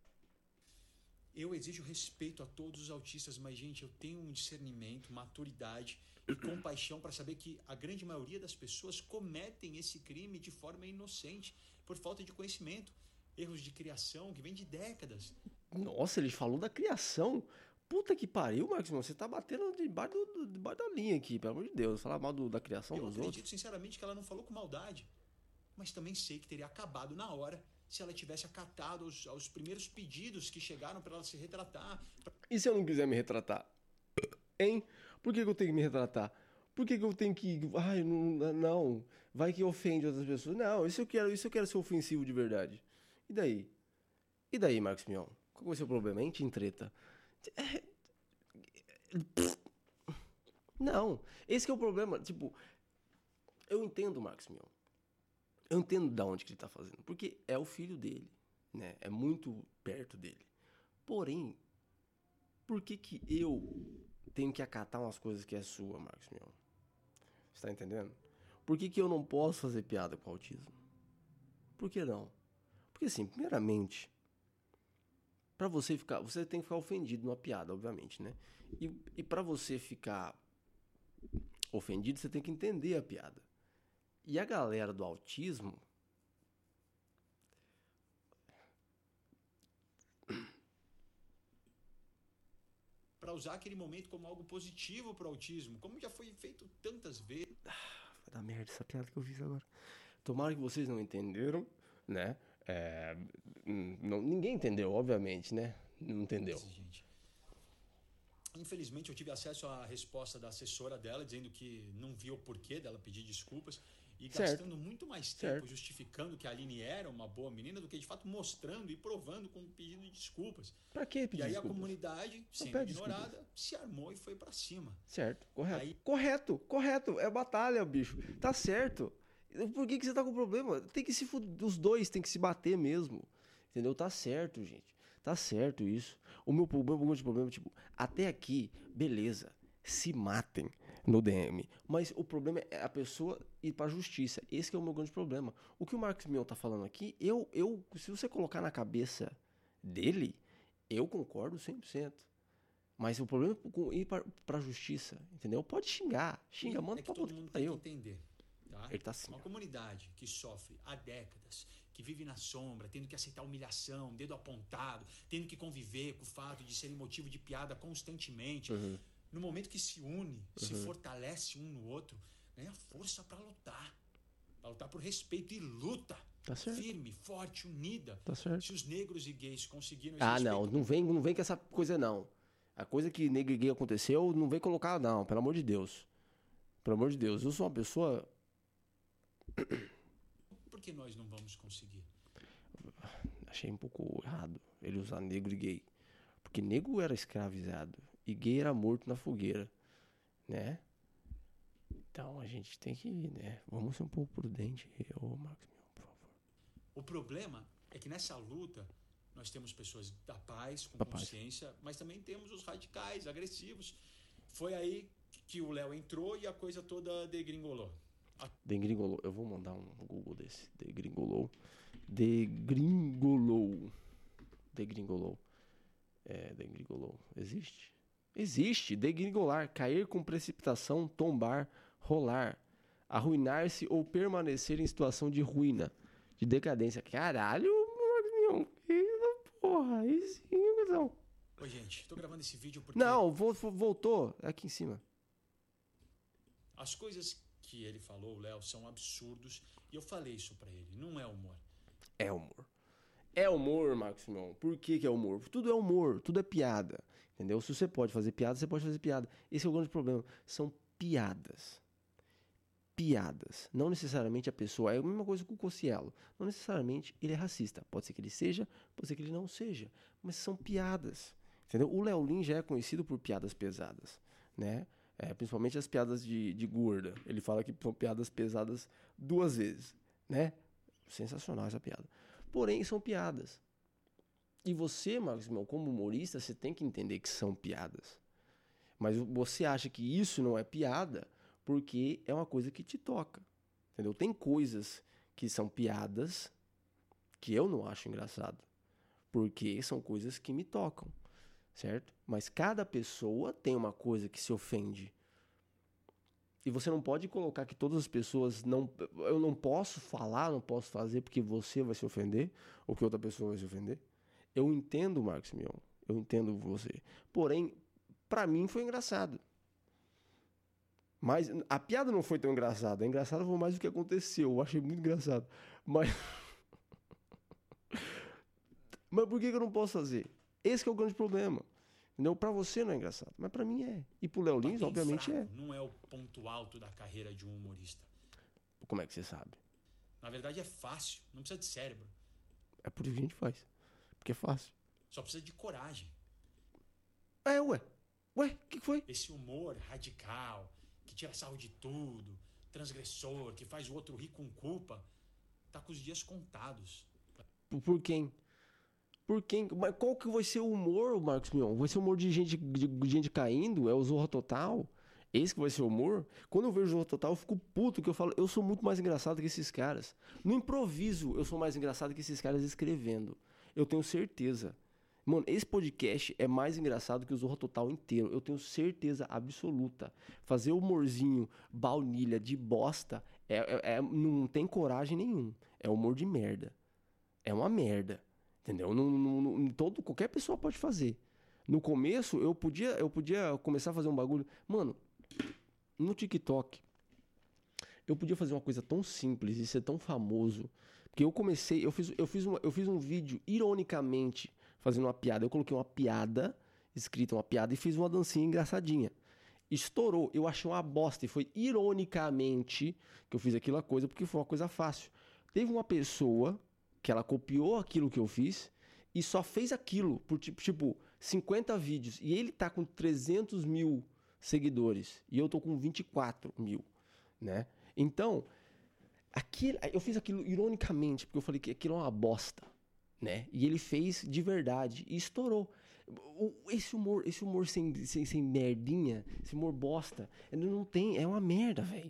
Eu exijo respeito a todos os autistas, mas, gente, eu tenho um discernimento, maturidade e compaixão para saber que a grande maioria das pessoas cometem esse crime de forma inocente, por falta de conhecimento. Erros de criação que vêm de décadas. Nossa, ele falou da criação. Puta que pariu, Marcos Mion. Você tá batendo debaixo da linha aqui, pelo amor de Deus. Falar mal da criação dos outros. Eu acredito, sinceramente, que ela não falou com maldade. Mas também sei que teria acabado na hora se ela tivesse acatado aos primeiros pedidos que chegaram para ela se retratar. E se eu não quiser me retratar? Hein? Por que eu tenho que me retratar? Por que eu tenho que... Ai, não. Vai que ofende outras pessoas. Não, isso eu quero ser ofensivo de verdade. E daí? E daí, Marcos Mion? Qual vai ser o problema? A gente em treta. Não. Esse que é o problema. Tipo, eu entendo o Marcos Mion. Eu entendo de onde que ele tá fazendo. Porque é o filho dele, né? É muito perto dele. Porém, por que eu tenho que acatar umas coisas que é sua, Marcos Mion? Você tá entendendo? Por que eu não posso fazer piada com autismo? Por que não? Porque assim, primeiramente, pra você tem que ficar ofendido numa piada, obviamente, né? E pra você ficar ofendido, você tem que entender a piada. E a galera do autismo... Para usar aquele momento como algo positivo para o autismo, como já foi feito tantas vezes. Vai dar merda essa piada que eu fiz agora. Tomara que vocês não entenderam, né? Ninguém entendeu, obviamente, né? Não entendeu. Gente. Infelizmente, eu tive acesso à resposta da assessora dela, dizendo que não viu o porquê dela pedir desculpas. E gastando muito mais tempo justificando que a Aline era uma boa menina do que de fato mostrando e provando com um pedido de desculpas. Pra que pedir desculpas? E aí a comunidade, sendo ignorada, se armou e foi pra cima. Certo, correto. Correto, é batalha, bicho. Tá certo. Por que você tá com problema? Tem que se os dois tem que se bater mesmo. Entendeu? Tá certo, gente. Tá certo isso. O meu grande problema, tipo, até aqui, beleza. Se matem no DM. Mas o problema é a pessoa ir pra justiça. Esse que é o meu grande problema. O que o Marcos Mion tá falando aqui, se você colocar na cabeça dele, eu concordo 100%. Mas o problema é com ir pra justiça, entendeu? Pode xinga, manda pra todo mundo tem que entender. Tá? Ele tá assim. Uma comunidade que sofre há décadas, que vive na sombra, tendo que aceitar humilhação, dedo apontado, tendo que conviver com o fato de serem motivo de piada constantemente... No momento que se une, se fortalece um no outro, ganha força pra lutar. Pra lutar por respeito e luta. Tá certo. Firme, forte, unida. Tá certo. Se os negros e gays conseguiram esse respeito... não vem com essa coisa não. A coisa que negro e gay aconteceu, não vem colocar não, pelo amor de Deus. Pelo amor de Deus, eu sou uma pessoa... Por que nós não vamos conseguir? Achei um pouco errado ele usar negro e gay. Porque nego era escravizado e gay era morto na fogueira, né? Então a gente tem que, né? Vamos ser um pouco prudente, ô Marcos Mion, por favor. O problema é que nessa luta nós temos pessoas da paz, com Da paz. consciência, mas também temos os radicais, agressivos. Foi aí que o Léo entrou e a coisa toda degringolou. Degringolou. Eu vou mandar um Google desse. Degringolou. Degringolou. Degringolou. Degringolou. Existe? Existe. Degringolar. Cair com precipitação, tombar, rolar. Arruinar-se ou permanecer em situação de ruína. De decadência. Caralho, meu. Porra, aí sim, não. Oi, gente. Tô gravando esse vídeo porque... Não, voltou. É aqui em cima. As coisas que ele falou, Léo, são absurdos. E eu falei isso pra ele. Não é humor. É humor. É humor, Marcos Mion. Por que é humor? Tudo é humor, tudo é piada. Entendeu? Se você pode fazer piada, você pode fazer piada. Esse é o grande problema. São piadas. Piadas. Não necessariamente a pessoa... É a mesma coisa com o Cossielo. Não necessariamente ele é racista. Pode ser que ele seja, pode ser que ele não seja. Mas são piadas. Entendeu? O Léo Lins já é conhecido por piadas pesadas, né? Principalmente as piadas de gorda. Ele fala que são piadas pesadas 2 vezes, né? Sensacional essa piada. Porém, são piadas. E você, Marcos Mion, como humorista, você tem que entender que são piadas. Mas você acha que isso não é piada porque é uma coisa que te toca. Entendeu? Tem coisas que são piadas que eu não acho engraçado. Porque são coisas que me tocam. Certo? Mas cada pessoa tem uma coisa que se ofende. E você não pode colocar que todas as pessoas não... Eu não posso falar, não posso fazer porque você vai se ofender ou que outra pessoa vai se ofender. Eu entendo, Marcos Mion. Eu entendo você. Porém, pra mim foi engraçado. Mas a piada não foi tão engraçada. A engraçada foi mais o que aconteceu. Eu achei muito engraçado. Mas... Mas por que eu não posso fazer? Esse que é o grande problema. Entendeu? Pra você não é engraçado, mas pra mim é. E pro Léo Lins, obviamente, fraco é. Não é o ponto alto da carreira de um humorista. Como é que você sabe? Na verdade é fácil, não precisa de cérebro. É por isso que a gente faz. Porque é fácil. Só precisa de coragem. Ué, o que foi? Esse humor radical, que tira sarro de tudo, transgressor, que faz o outro rir com culpa, tá com os dias contados. Por quem? Por quem? Mas qual que vai ser o humor, Marcos Mion? Vai ser o humor de gente caindo? É o Zorra Total? Esse que vai ser o humor? Quando eu vejo o Zorra Total, eu fico puto, que eu falo, eu sou muito mais engraçado que esses caras. No improviso, eu sou mais engraçado que esses caras escrevendo. Eu tenho certeza. Mano, esse podcast é mais engraçado que o Zorra Total inteiro. Eu tenho certeza absoluta. Fazer humorzinho, baunilha, de bosta, não tem coragem nenhum. É humor de merda. É uma merda. Entendeu? Qualquer pessoa pode fazer. No começo, eu podia começar a fazer um bagulho. Mano, no TikTok, eu podia fazer uma coisa tão simples e ser tão famoso. Porque eu fiz um vídeo, ironicamente, fazendo uma piada. Eu coloquei uma piada, escrita uma piada, e fiz uma dancinha engraçadinha. Estourou. Eu achei uma bosta. E foi ironicamente que eu fiz aquela coisa, porque foi uma coisa fácil. Teve uma pessoa que ela copiou aquilo que eu fiz e só fez aquilo por tipo 50 vídeos. E ele tá com 300 mil seguidores e eu tô com 24 mil, né? Então, eu fiz aquilo ironicamente, porque eu falei que aquilo é uma bosta, né? E ele fez de verdade e estourou. Esse humor sem merdinha, esse humor bosta, ele não tem, é uma merda, velho.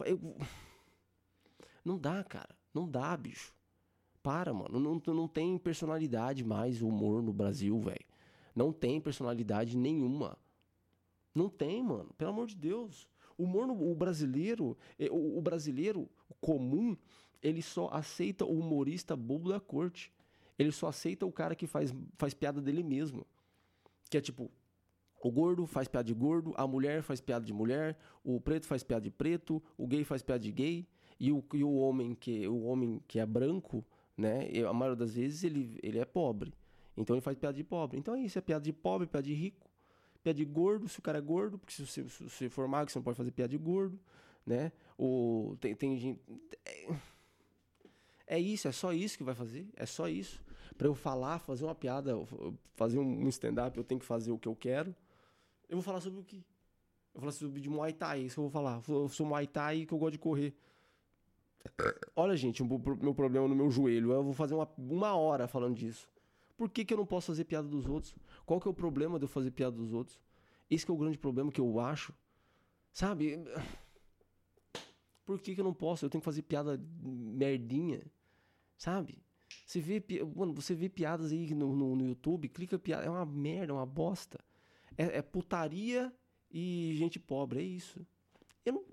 Não dá, cara. Não dá, bicho. Para, mano. Não tem personalidade mais o humor no Brasil, velho. Não tem personalidade nenhuma. Não tem, mano. Pelo amor de Deus. O brasileiro comum, ele só aceita o humorista bobo da corte. Ele só aceita o cara que faz piada dele mesmo. Que é tipo, o gordo faz piada de gordo, a mulher faz piada de mulher, o preto faz piada de preto, o gay faz piada de gay, e o homem que é branco, né? A maioria das vezes ele é pobre. Então ele faz piada de pobre. Então é isso, é piada de pobre, piada de rico, piada de gordo, se o cara é gordo, porque se você for magro, você não pode fazer piada de gordo, né? Tem gente... É isso, é só isso que vai fazer? É só isso? Pra eu falar, fazer uma piada, fazer um stand-up, eu tenho que fazer o que eu quero. Eu vou falar sobre o quê? Eu vou falar sobre de Muay Thai, é isso que eu vou falar. Eu sou Muay Thai e que eu gosto de correr. Olha, gente, meu problema no meu joelho. Eu vou fazer uma hora falando disso. Por que eu não posso fazer piada dos outros? Qual que é o problema de eu fazer piada dos outros? Esse que é o grande problema que eu acho. Sabe? Por que eu não posso? Eu tenho que fazer piada merdinha. Sabe? Você vê piadas aí no YouTube, clica piada. É uma merda, é uma bosta. É putaria e gente pobre, é isso. Eu não...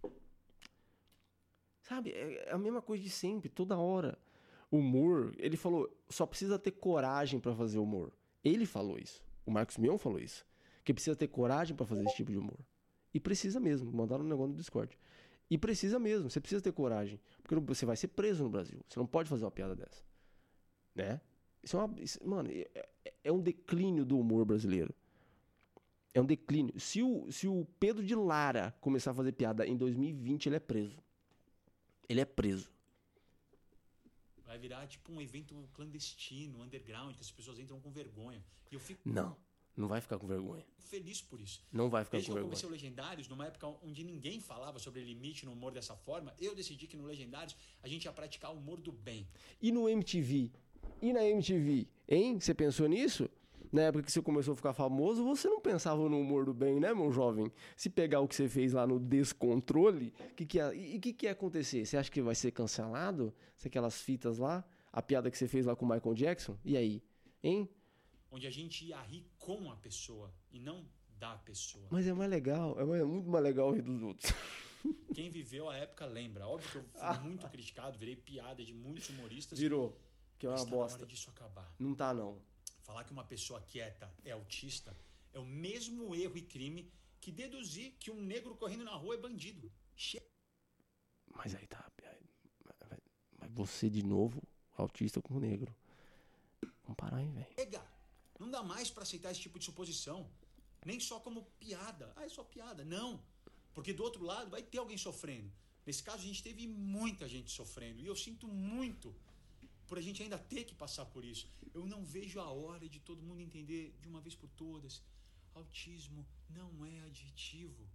Sabe? É a mesma coisa de sempre, toda hora. Humor, ele falou, só precisa ter coragem pra fazer humor. Ele falou isso. O Marcos Mion falou isso. Que precisa ter coragem pra fazer esse tipo de humor. E precisa mesmo. Mandaram um negócio no Discord. E precisa mesmo. Você precisa ter coragem. Porque você vai ser preso no Brasil. Você não pode fazer uma piada dessa. Né? Mano, é um declínio do humor brasileiro. É um declínio. Se o Pedro de Lara começar a fazer piada em 2020, ele é preso. Ele é preso. Vai virar tipo um evento clandestino, underground, que as pessoas entram com vergonha. E eu fico... Não vai ficar com vergonha. Feliz por isso. Não vai ficar Desde com que eu vergonha. comecei o Legendários, numa época onde ninguém falava sobre limite no humor dessa forma, eu decidi que no Legendários a gente ia praticar o humor do bem. E no MTV? E na MTV? Hein? Você pensou nisso? Na época que você começou a ficar famoso, você não pensava no humor do bem, né, meu jovem? Se pegar o que você fez lá no Descontrole, o que ia acontecer? Você acha que vai ser cancelado? Se aquelas fitas lá, a piada que você fez lá com o Michael Jackson? E aí? Hein? Onde a gente ia rir com a pessoa e não da pessoa. Mas é mais legal, é muito mais legal rir dos outros. Quem viveu a época lembra. Óbvio que eu fui muito criticado, virei piada de muitos humoristas. Virou, que é uma mas tá bosta. na hora disso acabar. Não tá, não. Falar que uma pessoa quieta é autista é o mesmo erro e crime que deduzir que um negro correndo na rua é bandido. Mas aí tá. Mas você de novo, autista com negro. Vamos parar, hein, velho? Chega! Não dá mais pra aceitar esse tipo de suposição. Nem só como piada. Ah, é só piada. Não. Porque do outro lado vai ter alguém sofrendo. Nesse caso a gente teve muita gente sofrendo. E eu sinto muito por a gente ainda ter que passar por isso. Eu não vejo a hora de todo mundo entender de uma vez por todas. Autismo não é adjetivo.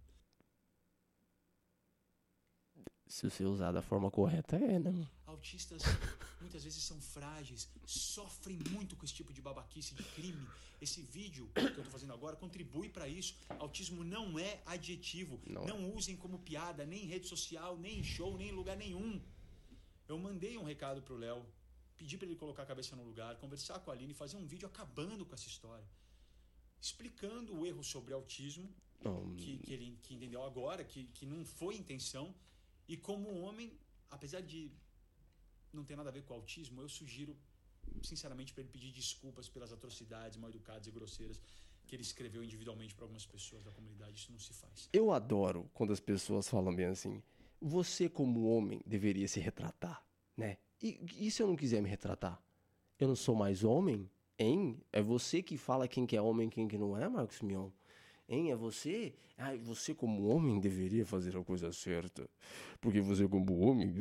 Se você usar da forma correta, né? Autistas muitas vezes são frágeis, sofrem muito com esse tipo de babaquice, de crime. Esse vídeo que eu tô fazendo agora contribui para isso. Autismo não é adjetivo. Não usem como piada, nem em rede social, nem em show, nem em lugar nenhum. Eu mandei um recado pro Léo, pedi para ele colocar a cabeça no lugar, conversar com a Aline, fazer um vídeo acabando com essa história. Explicando o erro sobre autismo, que ele entendeu agora, que não foi intenção. E como homem, apesar de não ter nada a ver com autismo, eu sugiro, sinceramente, para ele pedir desculpas pelas atrocidades mal educadas e grosseiras que ele escreveu individualmente para algumas pessoas da comunidade. Isso não se faz. Eu adoro quando as pessoas falam bem assim, você como homem deveria se retratar, né? E se eu não quiser me retratar? Eu não sou mais homem? Hein? É você que fala quem que é homem e quem que não é, Marcos Mion? Hein? É você? Ah, você como homem deveria fazer a coisa certa. Porque você como homem...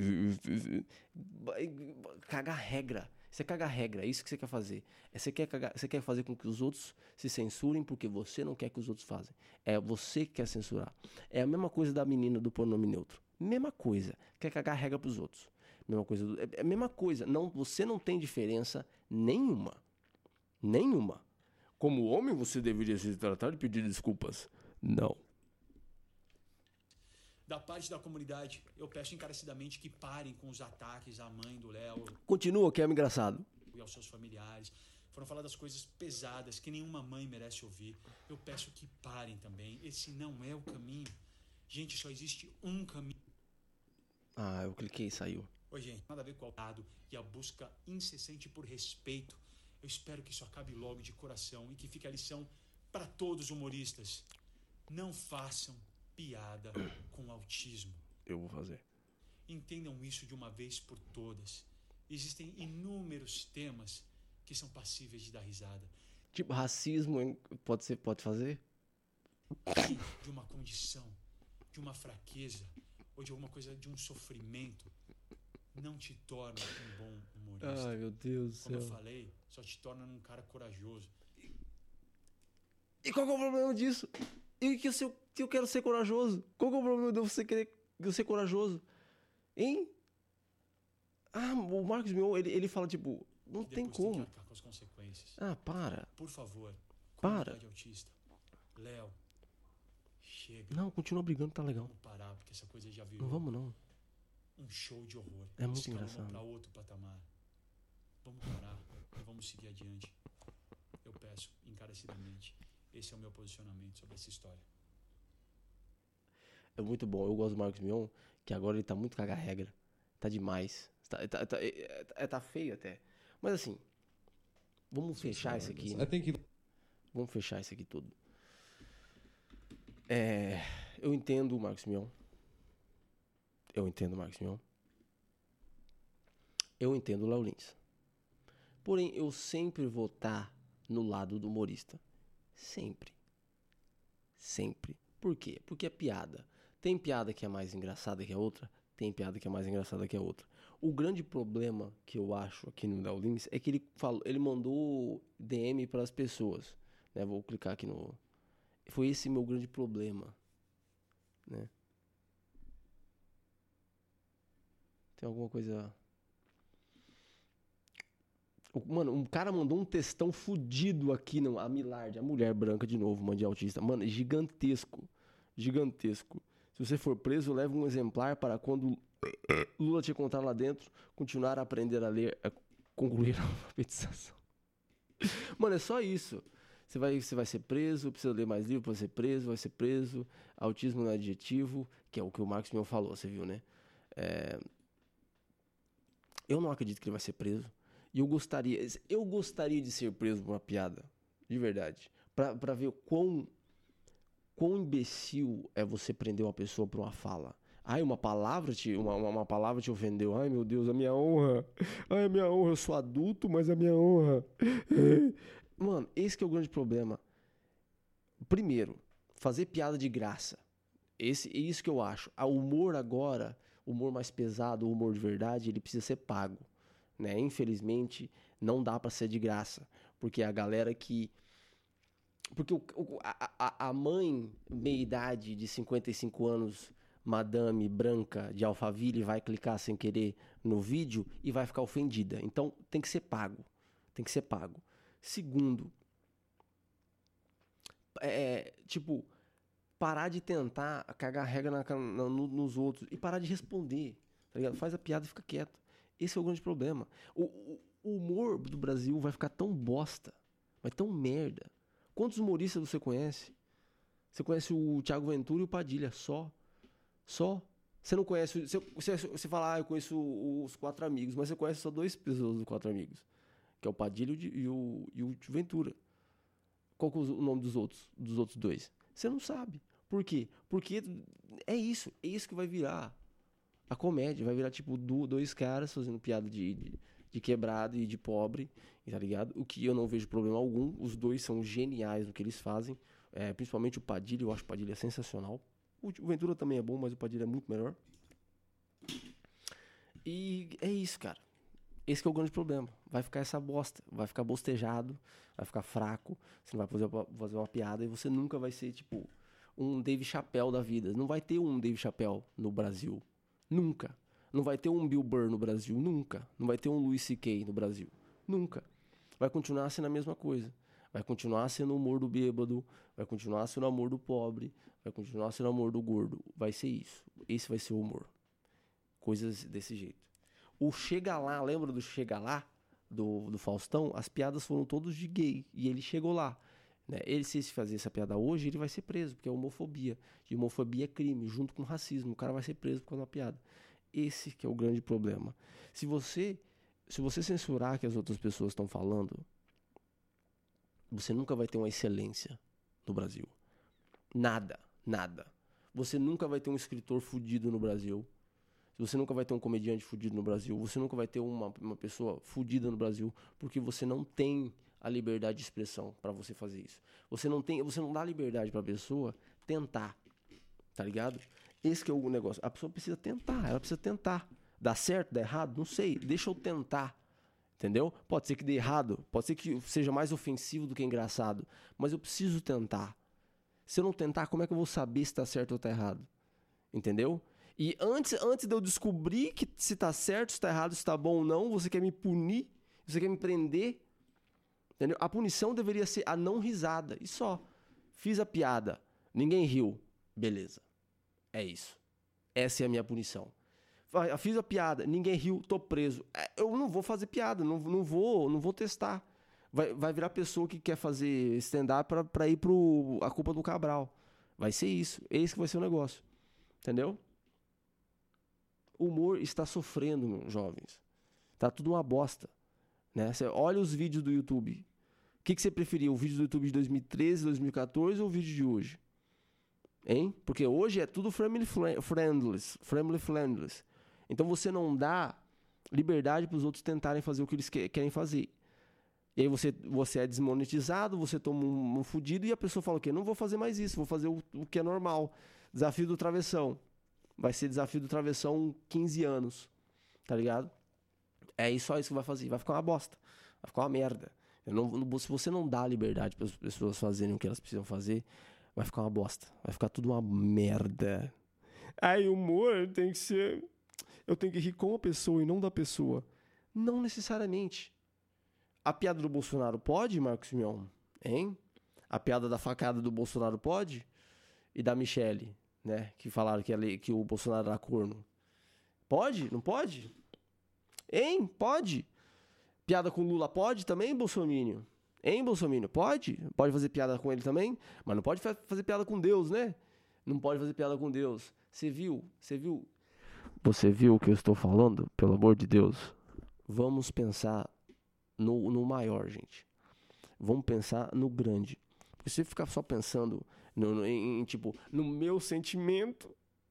Cagar regra. Você caga regra, é isso que você quer fazer. Você quer fazer com que os outros se censurem porque você não quer que os outros façam. É você que quer censurar. É a mesma coisa da menina do pronome neutro. Mesma coisa. Quer cagar regra pros outros. Mesma coisa. É a mesma coisa. Não, você não tem diferença nenhuma. Nenhuma. Como homem, você deveria se tratar e pedir desculpas. Não. Da parte da comunidade, eu peço encarecidamente que parem com os ataques à mãe do Léo. Continua, que é engraçado. E aos seus familiares. Foram faladas coisas pesadas que nenhuma mãe merece ouvir. Eu peço que parem também. Esse não é o caminho. Gente, só existe um caminho. Ah, eu cliquei e saiu. Oi, gente. Nada a ver com o lado e a busca incessante por respeito. Eu espero que isso acabe logo de coração e que fique a lição para todos os humoristas. Não façam piada com autismo. Eu vou fazer. Entendam isso de uma vez por todas. Existem inúmeros temas que são passíveis de dar risada. Tipo, racismo pode fazer? De uma condição, de uma fraqueza ou de alguma coisa, de um sofrimento. não te torna um bom humorista. Ai, meu Deus do céu. Como eu falei, só te torna um cara corajoso. E qual que é o problema disso? E que se eu quero ser corajoso? Qual que é o problema de você querer ser corajoso? Hein? Ah, o Marcos Mion, ele fala, tipo, não tem como. Tem que arcar com as consequências. Ah, para. Por favor, Para. comunidade autista. Léo, chega. Não, continua brigando, tá legal. Vamos parar, porque essa coisa já Não virou vamos, não. um show de horror. É muito Escalou engraçado. para outro patamar. Vamos parar e vamos seguir adiante. Eu peço encarecidamente. Esse é o meu posicionamento sobre essa história. É muito bom. Eu gosto do Marcos Mion, que agora ele tá muito caga-regra. Tá demais. Tá feio até. Mas assim, vamos fechar isso aqui. Né? Vamos fechar isso aqui tudo. Eu entendo o Marcos Mion. Eu entendo o Marcos Mion. Eu entendo o Léo Lins. Porém, eu sempre vou estar no lado do humorista. Sempre. Sempre. Por quê? Porque é piada. Tem piada que é mais engraçada que a outra. Tem piada que é mais engraçada que a outra. O grande problema que eu acho aqui no Léo Lins é que ele mandou DM para as pessoas. Né? Vou clicar aqui no... Foi esse meu grande problema. Né? Tem alguma coisa... Mano, um cara mandou um textão fudido aqui, não, a Milard, a mulher branca de novo, mano, de autista. Mano, gigantesco. Gigantesco. Se você for preso, leve um exemplar para quando Lula te encontrar lá dentro, continuar a aprender a ler, concluir a alfabetização. Mano, é só isso. Você vai ser preso, precisa ler mais livro para ser preso, vai ser preso. Autismo não é adjetivo, que é o que o Marcos Mion falou, você viu, né? Eu não acredito que ele vai ser preso. E eu gostaria de ser preso por uma piada. De verdade. Pra ver quão imbecil é você prender uma pessoa por uma fala. Ai, uma palavra te ofendeu. Ai, meu Deus, a minha honra. Ai, a minha honra. Eu sou adulto, mas a minha honra. Mano, esse que é o grande problema. Primeiro, fazer piada de graça. É isso que eu acho. O humor agora, o humor mais pesado, o humor de verdade, ele precisa ser pago. Né? Infelizmente, não dá pra ser de graça. Porque a galera que... Porque a mãe, meia-idade, de 55 anos, madame branca de Alphaville, vai clicar sem querer no vídeo e vai ficar ofendida. Então, tem que ser pago. Tem que ser pago. Segundo, parar de tentar cagar regra nos outros e parar de responder. Tá ligado? Faz a piada e fica quieto. Esse é o grande problema. O humor do Brasil vai ficar tão bosta, vai tão merda. Quantos humoristas você conhece? Você conhece o Thiago Ventura e o Padilha, só. Você não conhece... Você fala, eu conheço os 4 amigos, mas você conhece só 2 pessoas dos 4 amigos. Que é o Padilha e o Ventura. Qual que é o nome dos outros 2? Você não sabe. Por quê? Porque é isso que vai virar a comédia. Vai virar tipo 2 caras fazendo piada de quebrado e de pobre, tá ligado? O que eu não vejo problema algum. Os 2 são geniais no que eles fazem. Principalmente o Padilha, eu acho o Padilha sensacional. O Ventura também é bom, mas o Padilha é muito melhor. E é isso, cara. Esse que é o grande problema. Vai ficar essa bosta. Vai ficar bostejado. Vai ficar fraco. Você não vai fazer uma piada. E você nunca vai ser, tipo, um Dave Chappelle da vida. Não vai ter um Dave Chappelle no Brasil. Nunca. Não vai ter um Bill Burr no Brasil. Nunca. Não vai ter um Louis C.K. no Brasil. Nunca. Vai continuar sendo a mesma coisa. Vai continuar sendo o humor do bêbado. Vai continuar sendo o humor do pobre. Vai continuar sendo o humor do gordo. Vai ser isso. Esse vai ser o humor. Coisas desse jeito. O Chega Lá, lembra do Chega Lá? Do Faustão? As piadas foram todas de gay. E ele chegou lá. Né? Se fazer essa piada hoje, ele vai ser preso. Porque é homofobia. E homofobia é crime, junto com racismo. O cara vai ser preso por causa de uma piada. Esse que é o grande problema. Se você censurar o que as outras pessoas estão falando, você nunca vai ter uma excelência no Brasil. Nada. Você nunca vai ter um escritor fudido no Brasil. Você nunca vai ter um comediante fudido no Brasil. Você nunca vai ter uma pessoa fudida no Brasil, porque você não tem a liberdade de expressão para você fazer isso. Você não dá liberdade para a pessoa tentar. Tá ligado? Esse que é o negócio. A pessoa precisa tentar, ela precisa tentar. Dá certo, dá errado? Não sei, deixa eu tentar. Entendeu? Pode ser que dê errado, pode ser que seja mais ofensivo do que engraçado, mas eu preciso tentar. Se eu não tentar, como é que eu vou saber se tá certo ou tá errado? Entendeu? E antes de eu descobrir que se tá certo, se tá errado, se tá bom ou não, você quer me punir, você quer me prender. Entendeu? A punição deveria ser a não risada, e só. Fiz a piada, ninguém riu, beleza. É isso. Essa é a minha punição. Fiz a piada, ninguém riu, tô preso. Eu não vou fazer piada, não vou testar. Vai virar pessoa que quer fazer stand-up pra ir pro A Culpa do Cabral. Vai ser isso. Esse que vai ser o negócio. Entendeu? O humor está sofrendo, meus jovens. Tá tudo uma bosta. Né? Você olha os vídeos do YouTube. O que você preferia? O vídeo do YouTube de 2013, 2014 ou o vídeo de hoje? Hein? Porque hoje é tudo family friendly. Então você não dá liberdade para os outros tentarem fazer o que eles querem fazer. E aí você é desmonetizado, você toma um fudido e a pessoa fala o quê? Não vou fazer mais isso, vou fazer o que é normal. Desafio do travessão. Vai ser desafio do travessão 15 anos. Tá ligado? É só isso que vai fazer. Vai ficar uma bosta. Vai ficar uma merda. Se você não dá liberdade para as pessoas fazerem o que elas precisam fazer, vai ficar uma bosta. Vai ficar tudo uma merda. Ai, humor tem que ser... Eu tenho que rir com a pessoa e não da pessoa. Não necessariamente. A piada do Bolsonaro pode, Marcos Mion? Hein? A piada da facada do Bolsonaro pode? E da Michelle, né? Que falaram que o Bolsonaro era corno. Pode? Não pode? Hein? Pode? Piada com Lula pode também, Bolsonaro? Hein, Bolsonaro? Pode? Pode fazer piada com ele também? Mas não pode fazer piada com Deus, né? Não pode fazer piada com Deus. Você viu? Você viu o que eu estou falando? Pelo amor de Deus. Vamos pensar no maior, gente. Vamos pensar no grande. Porque se você ficar só pensando no meu sentimento,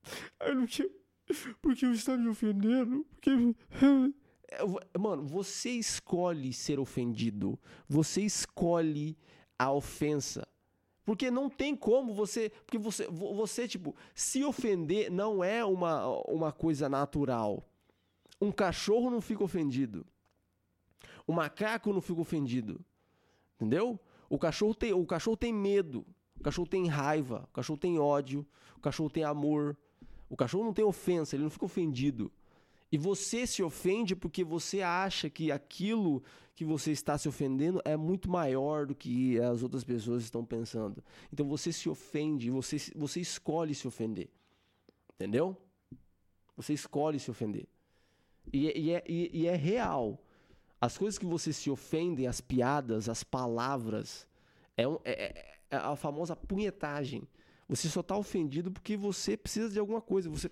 porque eu estou me ofendendo, mano, você escolhe ser ofendido. Você escolhe a ofensa. Porque não tem como porque você tipo, se ofender não é uma coisa natural. Um cachorro não fica ofendido. O macaco não fica ofendido. Entendeu? O cachorro tem medo. O cachorro tem raiva. O cachorro tem ódio. O cachorro tem amor. O cachorro não tem ofensa, ele não fica ofendido. E você se ofende porque você acha que aquilo que você está se ofendendo é muito maior do que as outras pessoas estão pensando. Então você se ofende, você escolhe se ofender. Entendeu? Você escolhe se ofender. E é real. As coisas que você se ofendem, as piadas, as palavras, é a famosa punhetagem. Você só está ofendido porque você precisa de alguma coisa. Você...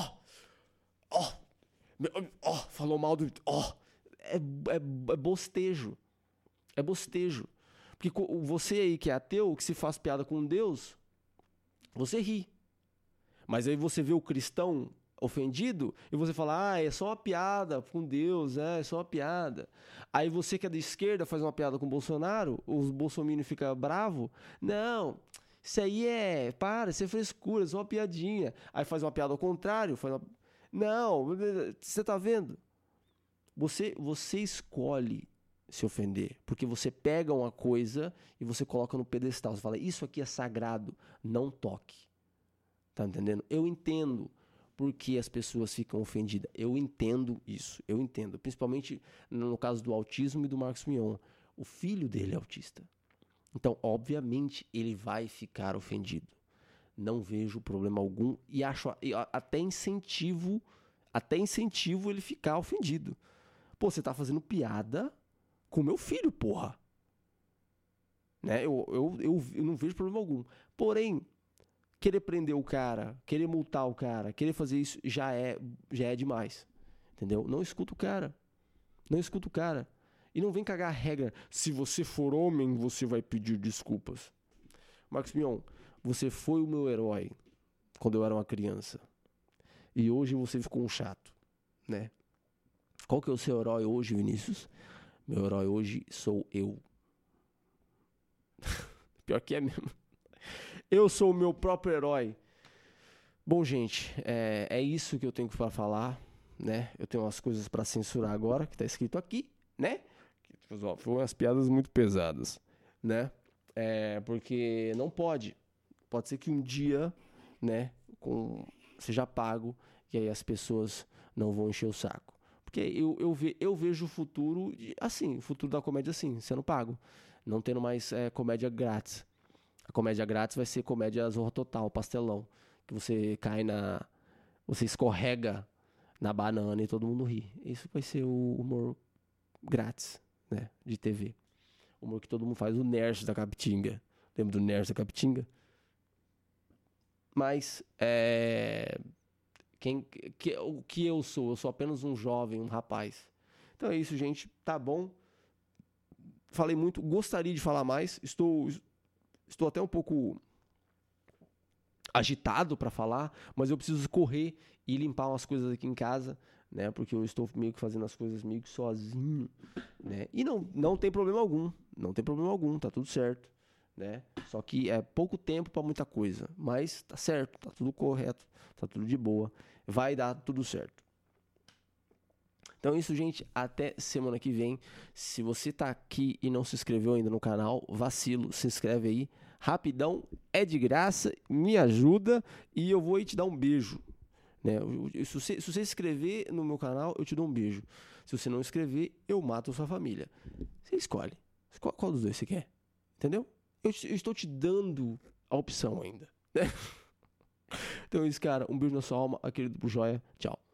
falou mal do... É bostejo. É bostejo. Porque você aí que é ateu, que se faz piada com Deus, você ri. Mas aí você vê o cristão ofendido e você fala, é só uma piada com Deus, é só uma piada. Aí você que é da esquerda faz uma piada com o Bolsonaro, os bolsominions ficam bravos. Não, isso aí isso é frescura, é só uma piadinha. Aí faz uma piada ao contrário, Não, você tá vendo? Você escolhe se ofender, porque você pega uma coisa e você coloca no pedestal. Você fala, isso aqui é sagrado, não toque. Tá entendendo? Eu entendo porque as pessoas ficam ofendidas. Eu entendo isso, eu entendo. Principalmente no caso do autismo e do Marcos Mion. O filho dele é autista. Então, obviamente, ele vai ficar ofendido. Não vejo problema algum e acho até incentivo ele ficar ofendido. Pô, você tá fazendo piada com meu filho, porra. Né? Eu não vejo problema algum. Porém, querer prender o cara, querer multar o cara, querer fazer isso já é demais. Entendeu? Não escuta o cara. E não vem cagar a regra. Se você for homem, você vai pedir desculpas. Marcos Mion, você foi o meu herói quando eu era uma criança. E hoje você ficou um chato, né? Qual que é o seu herói hoje, Vinícius? Meu herói hoje sou eu. Pior que é mesmo. Eu sou o meu próprio herói. Bom, gente, é isso que eu tenho para falar. né? Eu tenho umas coisas pra censurar agora, que tá escrito aqui, né? Foram umas piadas muito pesadas, né? Porque não pode. Pode ser que um dia, né, seja pago e aí as pessoas não vão encher o saco. Porque eu vejo o futuro assim, o futuro da comédia assim, sendo pago. Não tendo mais comédia grátis. A comédia grátis vai ser comédia Zorra Total, pastelão. Que você você escorrega na banana e todo mundo ri. Isso vai ser o humor grátis, né, de TV. O humor que todo mundo faz, o Nerd da Capitinga. Lembra do Nerd da Capitinga? Mas, o que eu sou? Eu sou apenas um jovem, um rapaz. Então é isso, gente. Tá bom. Falei muito. Gostaria de falar mais. Estou até um pouco agitado para falar, mas eu preciso correr e limpar umas coisas aqui em casa, né? Porque eu estou meio que fazendo as coisas meio que sozinho, né? E não tem problema algum. Não tem problema algum. Tá tudo certo, né? Só que é pouco tempo para muita coisa, mas tá certo, tá tudo correto, tá tudo de boa, vai dar tudo certo. Então é isso, gente, até semana que vem. Se você tá aqui e não se inscreveu ainda no canal, vacilo, se inscreve aí, rapidão, é de graça, me ajuda e eu vou aí te dar um beijo, né? Se você se inscrever no meu canal, eu te dou um beijo. Se você não inscrever, eu mato a sua família. Você escolhe. Qual dos dois você quer? Entendeu? Eu estou te dando a opção ainda, né? Então é isso, cara. Um beijo na sua alma, aquele do Joia. Tchau.